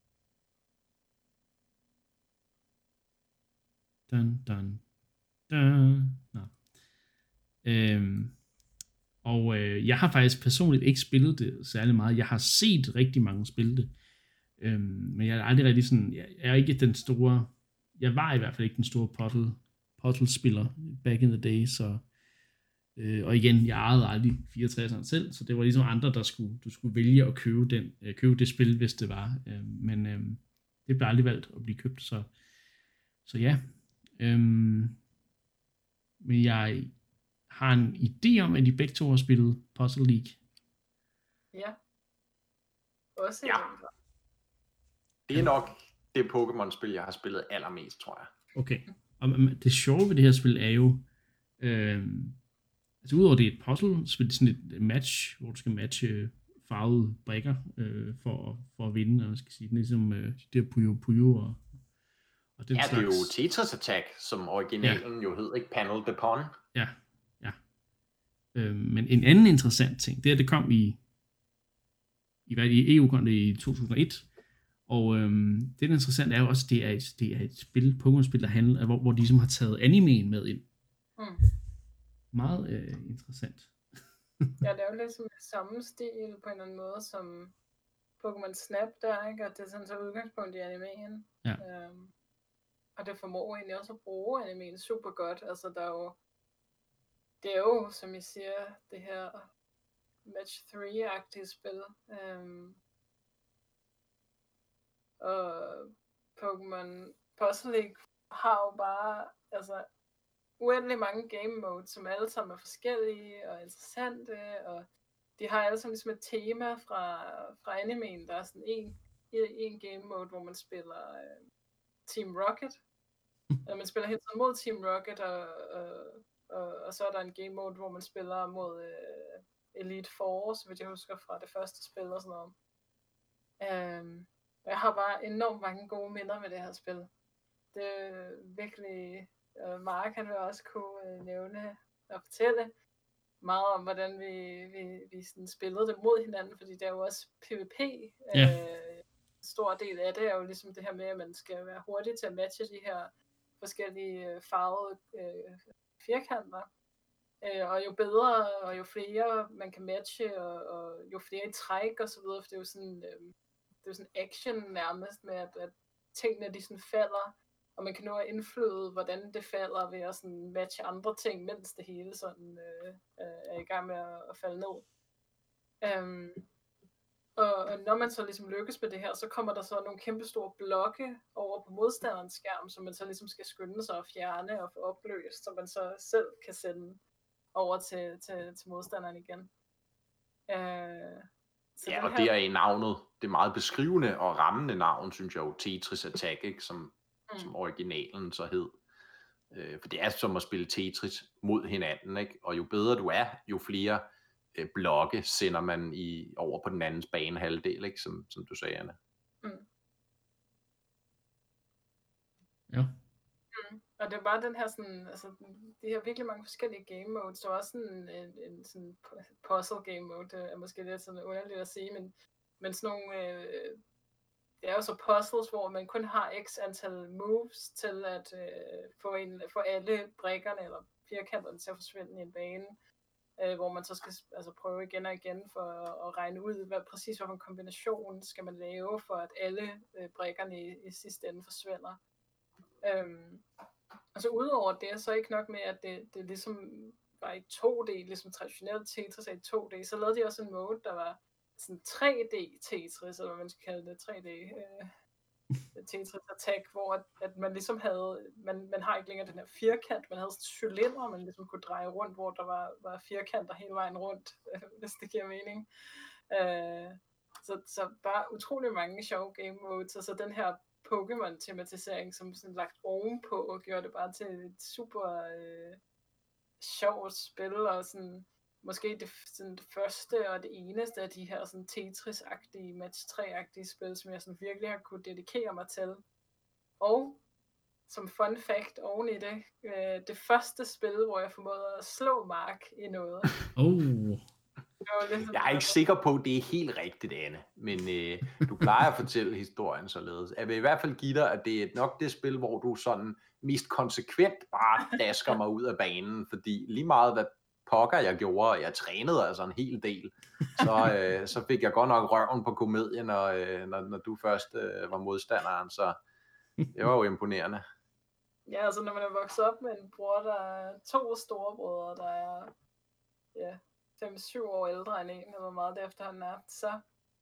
Dun, dun, dun. Nå. Øhm, og øh, jeg har faktisk personligt ikke spillet det særlig meget. Jeg har set rigtig mange spille det. Øhm, men jeg er aldrig rigtig sådan, jeg er ikke den store, jeg var i hvert fald ikke den store puzzle, puzzle-spiller back in the day, så øh, og igen, jeg ejede aldrig fireogtredseren selv, så det var ligesom andre, der skulle, du skulle vælge at købe, den, øh, købe det spil, hvis det var. Øh, men øh, det blev aldrig valgt at blive købt, så, så ja. Øhm, men jeg har en idé om, at de begge to har spillet Puzzle League. Ja. Også ja. Det er nok det Pokémon-spil, jeg har spillet allermest, tror jeg. Okay. Og det sjove ved det her spil er jo, øh, altså udover det er et puzzle-spil, det er sådan et match, hvor du skal matche farvede brikker øh, for, for at vinde, og man skal sige, det er ligesom øh, de der Puyo Puyo og, og den ja, slags. Det er jo Tetris Attack, som originalen ja. jo hed, ikke? Panel de Pon. Ja, ja. Øh, men en anden interessant ting, det er, at det kom i, i, hvad, i E U kom det i to tusind og et, og øhm, det, der er interessant, er jo også, at det er et, det er et spil, Pokémon-spil, der handler, hvor, hvor de ligesom har taget animeen med ind. Mm. Meget øh, interessant. Ja, det er jo lidt som samme stil på en eller anden måde, som Pokémon Snap der, ikke? Og det er sådan så udgangspunkt i animeen. Ja. Øhm, og det formår egentlig også at bruge animeen super godt. Altså, der er jo, det er jo, som I siger, det her Match tre-agtige spil. Øhm, og Pokémon Puzzle League har jo bare altså uendelig mange game modes, som alle sammen er forskellige og interessante, og de har alle sammen ligesom et tema fra, fra animeen. Der er sådan en, en game mode, hvor man spiller øh, Team Rocket, og man spiller hele tiden mod Team Rocket, og, og, og, og så er der en game mode, hvor man spiller mod øh, Elite Four, så vidt jeg husker fra det første spil og sådan noget. Um, Jeg har bare enormt mange gode minder med det her spil. Det er virkelig... Uh, Mark han vil også kunne uh, nævne og fortælle meget om, hvordan vi, vi, vi sådan spillede det mod hinanden, fordi det er jo også PvP. Yeah. Uh, en stor del af det er jo ligesom det her med, at man skal være hurtig til at matche de her forskellige uh, farvede uh, firkanter. Uh, og jo bedre og jo flere man kan matche, og, og jo flere i træk og så videre, for det er jo sådan... Uh, det er jo sådan action nærmest med, at, at tingene de sådan falder, og man kan nå at indflyde, hvordan det falder ved at sådan matche andre ting, mens det hele sådan øh, er i gang med at, at falde ned. Um, og, og når man så ligesom lykkes med det her, så kommer der så nogle kæmpe store blokke over på modstanderens skærm, som man så ligesom skal skynde sig at fjerne og få opløst, så man så selv kan sende over til, til, til modstanderen igen. Uh, Så ja, og her... det er i navnet, det er meget beskrivende og rammende navn, synes jeg jo, Tetris Attack, ikke? Som, mm. som originalen så hed. Øh, for det er som at spille Tetris mod hinanden, ikke? Og jo bedre du er, jo flere øh, blokke sender man i, over på den andens banehalvdel, ikke? Som, som du sagde, Anna. Mm. Ja. Mm. Og det er bare den her sådan, altså, de her virkelig mange forskellige game modes. Der er også sådan en, en sådan puzzle game mode, det er måske lidt sådan underligt at sige, men, men sådan nogle, øh, det er jo så puzzles, hvor man kun har x antal moves til at øh, få, en, få alle brikkerne eller firkanterne til at forsvinde i en bane, øh, hvor man så skal altså, prøve igen og igen for at, at regne ud, hvad præcis hvilken kombination skal man lave, for at alle øh, brikkerne i, i sidste ende forsvinder. Øhm, Altså udover det, så ikke nok med, at det, det ligesom var i to D, ligesom traditionelt Tetris er i to D, så lavede de også en mode, der var sådan tre D Tetris, eller hvad man skal kalde det, tre D øh, Tetris Attack, hvor at, at man ligesom havde, man, man har ikke længere den her firkant, man havde sådan cylinder, man ligesom kunne dreje rundt, hvor der var, var firkanter hele vejen rundt, øh, hvis det giver mening. Øh, så, så bare utrolig mange sjove game modes, og så den her Pokémon-tematisering, som sådan lagt ovenpå, og gjorde det bare til et super øh, sjovt spil, og sådan måske det, sådan det første og det eneste af de her sådan Tetris-agtige, Match tre-agtige spil, som jeg sådan virkelig har kunne dedikere mig til. Og som fun fact oven i det, øh, det første spil, hvor jeg formåede at slå Mark i noget. Oh. Jeg er ikke sikker på, at det er helt rigtigt, Anne, men øh, du plejer at fortælle historien således. Jeg vil i hvert fald give dig, at det er nok det spil, hvor du sådan mest konsekvent bare dasker mig ud af banen, fordi lige meget hvad pokker jeg gjorde, og jeg trænede altså en hel del, så, øh, så fik jeg godt nok røven på komedien, når, øh, når, når du først øh, var modstanderen, så det var jo imponerende. Ja, altså når man er vokset op med en bror, der er to storebrødre, der er ja, fem syv år ældre end en, eller hvor meget det efterhånden er, så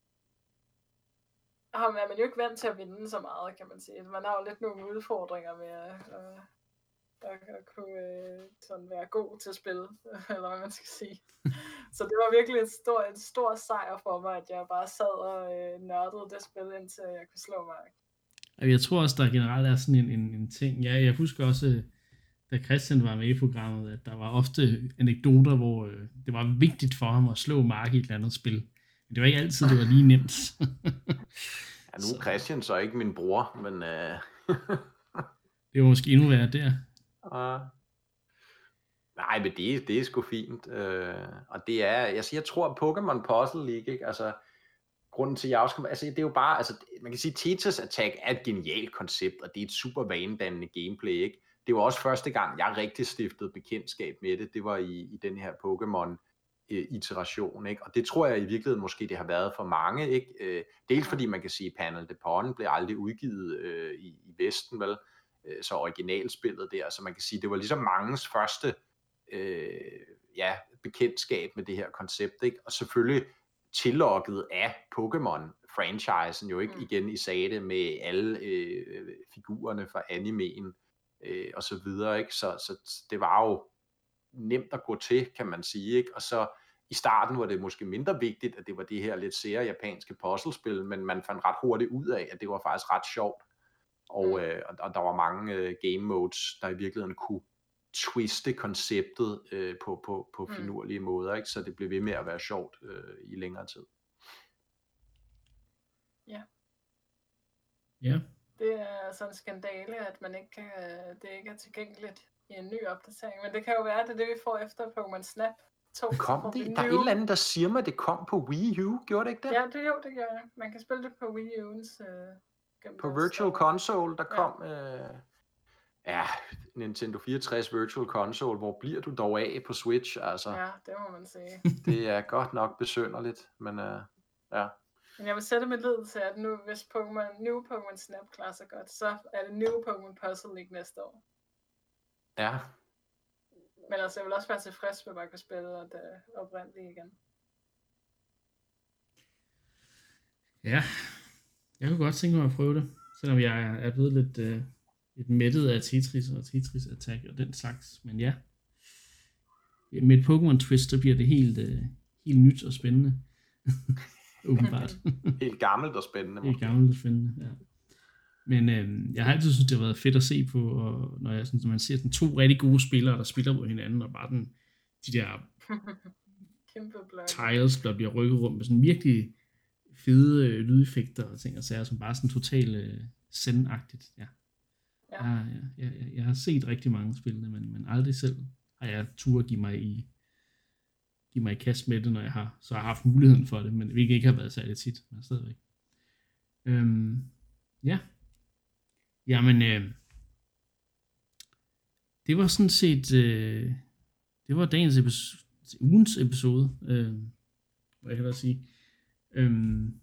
er man jo ikke vant til at vinde så meget, kan man sige. Man har jo lidt nogle udfordringer med at, at, at, at kunne øh, sådan være god til at spille, eller hvad man skal sige. Så det var virkelig en stor, en stor sejr for mig, at jeg bare sad og øh, nørdede det spil, indtil jeg kunne slå Mark. Jeg tror også, der generelt er sådan en, en, en ting. Ja, jeg husker også, da Christian var med i programmet, at der var ofte anekdoter, hvor øh, det var vigtigt for ham at slå Mark i et eller andet spil. Men det var ikke altid, det var lige nemt. Ja, nu er Christian så ikke min bror, men... Øh... det var måske endnu værre der. Uh... Nej, men det, det er sgu fint. Uh... Og det er... Jeg, jeg tror, Pokémon Puzzle League, ikke? Altså... Grunden til, at jeg også kommer, altså det er jo bare, altså man kan sige, Tetris Attack er et genialt koncept, og det er et super vanedannende gameplay, ikke? Det var også første gang, jeg rigtig stiftede bekendtskab med det, det var i, i den her Pokémon-iteration, ikke? Og det tror jeg i virkeligheden måske, det har været for mange, ikke? Øh, dels fordi man kan sige, Panel de Pon blev aldrig udgivet øh, i, i Vesten, vel? Øh, så originalspillet der, så man kan sige, det var ligesom mangens første øh, ja, bekendtskab med det her koncept, ikke? Og selvfølgelig tillokket af Pokémon-franchisen jo ikke mm. igen i sade med alle øh, figurerne fra animeen øh, og så videre, ikke? Så, så det var jo nemt at gå til, kan man sige, ikke? Og så i starten var det måske mindre vigtigt, at det var det her lidt sære japanske puzzlespil, men man fandt ret hurtigt ud af, at det var faktisk ret sjovt, og, mm. øh, og der var mange øh, game modes, der i virkeligheden kunne twiste konceptet øh, på, på, på finurlige mm. måder, ikke? Så det blev ved med at være sjovt øh, i længere tid. Ja. Ja. Det er sådan en skandale, at man ikke kan, det ikke er tilgængeligt i en ny opdatering, men det kan jo være, det er det, vi får efter Pokémon Snap to. Kom det? Der er et eller andet, der siger mig, det kom på Wii U, gjorde det ikke det? Ja, det jo, det gør det. Man kan spille det på Wii U'ens... Øh, på Virtual Console, der kom... Ja. Øh, Ja, Nintendo fireogtres Virtual Console, hvor bliver du dog af på Switch, altså. Ja, det må man sige. Det er godt nok besynderligt, men uh, ja. Men jeg vil sætte mit lid til, at nu, hvis Pokémon, New Pokémon Snap klarer sig godt, så er det New Pokémon Puzzle League næste år. Ja. Men altså, jeg vil også være tilfreds med, at man kan spille det oprindelige igen. Ja, jeg kunne godt tænke mig at prøve det, selvom jeg er blevet lidt... Øh... et mættet af Tetris og Tetris Attack og den slags, men ja. Med et Pokémon Twist, så bliver det helt, uh, helt nyt og spændende. Åbenbart. Helt gammelt og spændende. Helt gammelt og spændende, ja. Men øh, jeg har altid synes, det har været fedt at se på, og når, jeg, sådan, når man ser sådan, to rigtig gode spillere, der spiller mod hinanden, og bare den, de der tiles, der bliver rykket rundt med sådan virkelig fede øh, lydeffekter og ting og sager, som bare sådan totalt øh, zen-agtigt, ja. Ja. Jeg, jeg, jeg, jeg har set rigtig mange spillene, men, men aldrig selv har jeg tur at give mig i give mig i kast med det, når jeg har så har haft muligheden for det, men hvilket ikke har været særlig tit, men stadigvæk. Øhm, ja. Jamen, øh, det var sådan set, øh, det var dagens episode, ugens episode, øh, hvad kan jeg sige. Øhm,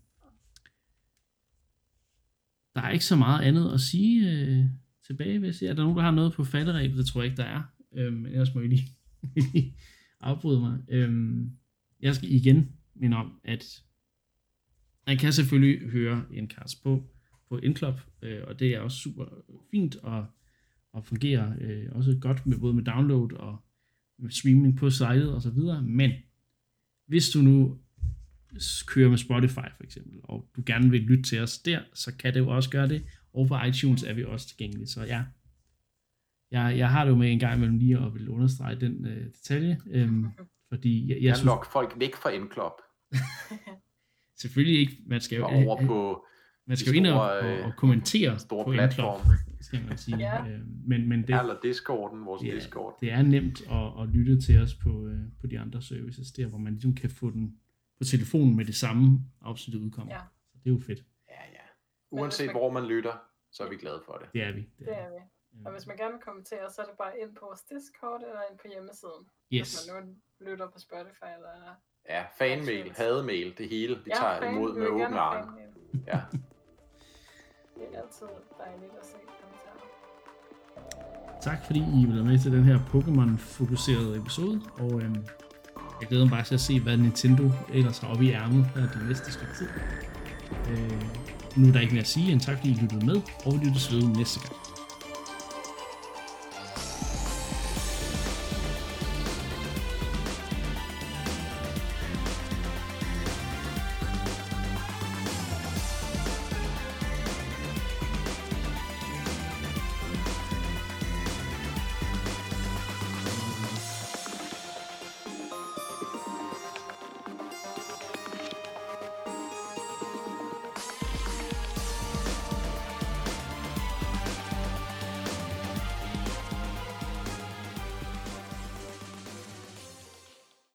der er ikke så meget andet at sige øh, tilbage, hvis jeg. Er der nogen, der har noget på falderæbet? Det tror jeg ikke, der er. Øhm, ellers må jeg lige, lige afbryde mig. Øhm, jeg skal igen minde om, at Man kan selvfølgelig høre Endcast på, på Endclub, øh, og det er også super fint, og, og fungerer øh, også godt med både med download og med streaming på sitet og så videre, men hvis du nu kører med Spotify for eksempel, og du gerne vil lytte til os der, så kan det jo også gøre det, og på iTunes er vi også tilgængelige, så ja, jeg, jeg har det jo med en gang imellem lige at vil understrege den øh, detalje, øhm, fordi jeg, jeg, Jeg synes... lokker folk væk fra Endclub. Selvfølgelig ikke, man skal jo... Og over på man skal jo ind og, og, og kommentere store på platform, skal man sige. Ja. Øh, men, men det, eller Discorden, vores det, er, Discord. det er nemt at, at lytte til os på, øh, på de andre services, der hvor man ligesom kan få den på telefonen med det samme afsnit udkommer. Ja. Så det er jo fedt. Ja, ja. Uanset man... hvor man lytter, så er vi glade for det. Det er vi. Det er, det er vi. Og hvis man gerne vil kommentere, så er det bare ind på vores Discord eller ind på hjemmesiden. Yes. Hvis man nu lytter på Spotify eller... Ja, fanmail, hademail, det hele, vi ja, tager fan, imod med åbne arme. Ja. Det er altid dejligt at se kommentarer. Tak fordi I ville være med til den her Pokémon-fokuserede episode, og øhm, jeg glæder mig bare til at se, hvad Nintendo ellers har oppe i ærmet her det næste stykke tid. Øh, nu er der ikke mere at sige, end tak fordi I lyttede med, og vi lyttes ved næste gang.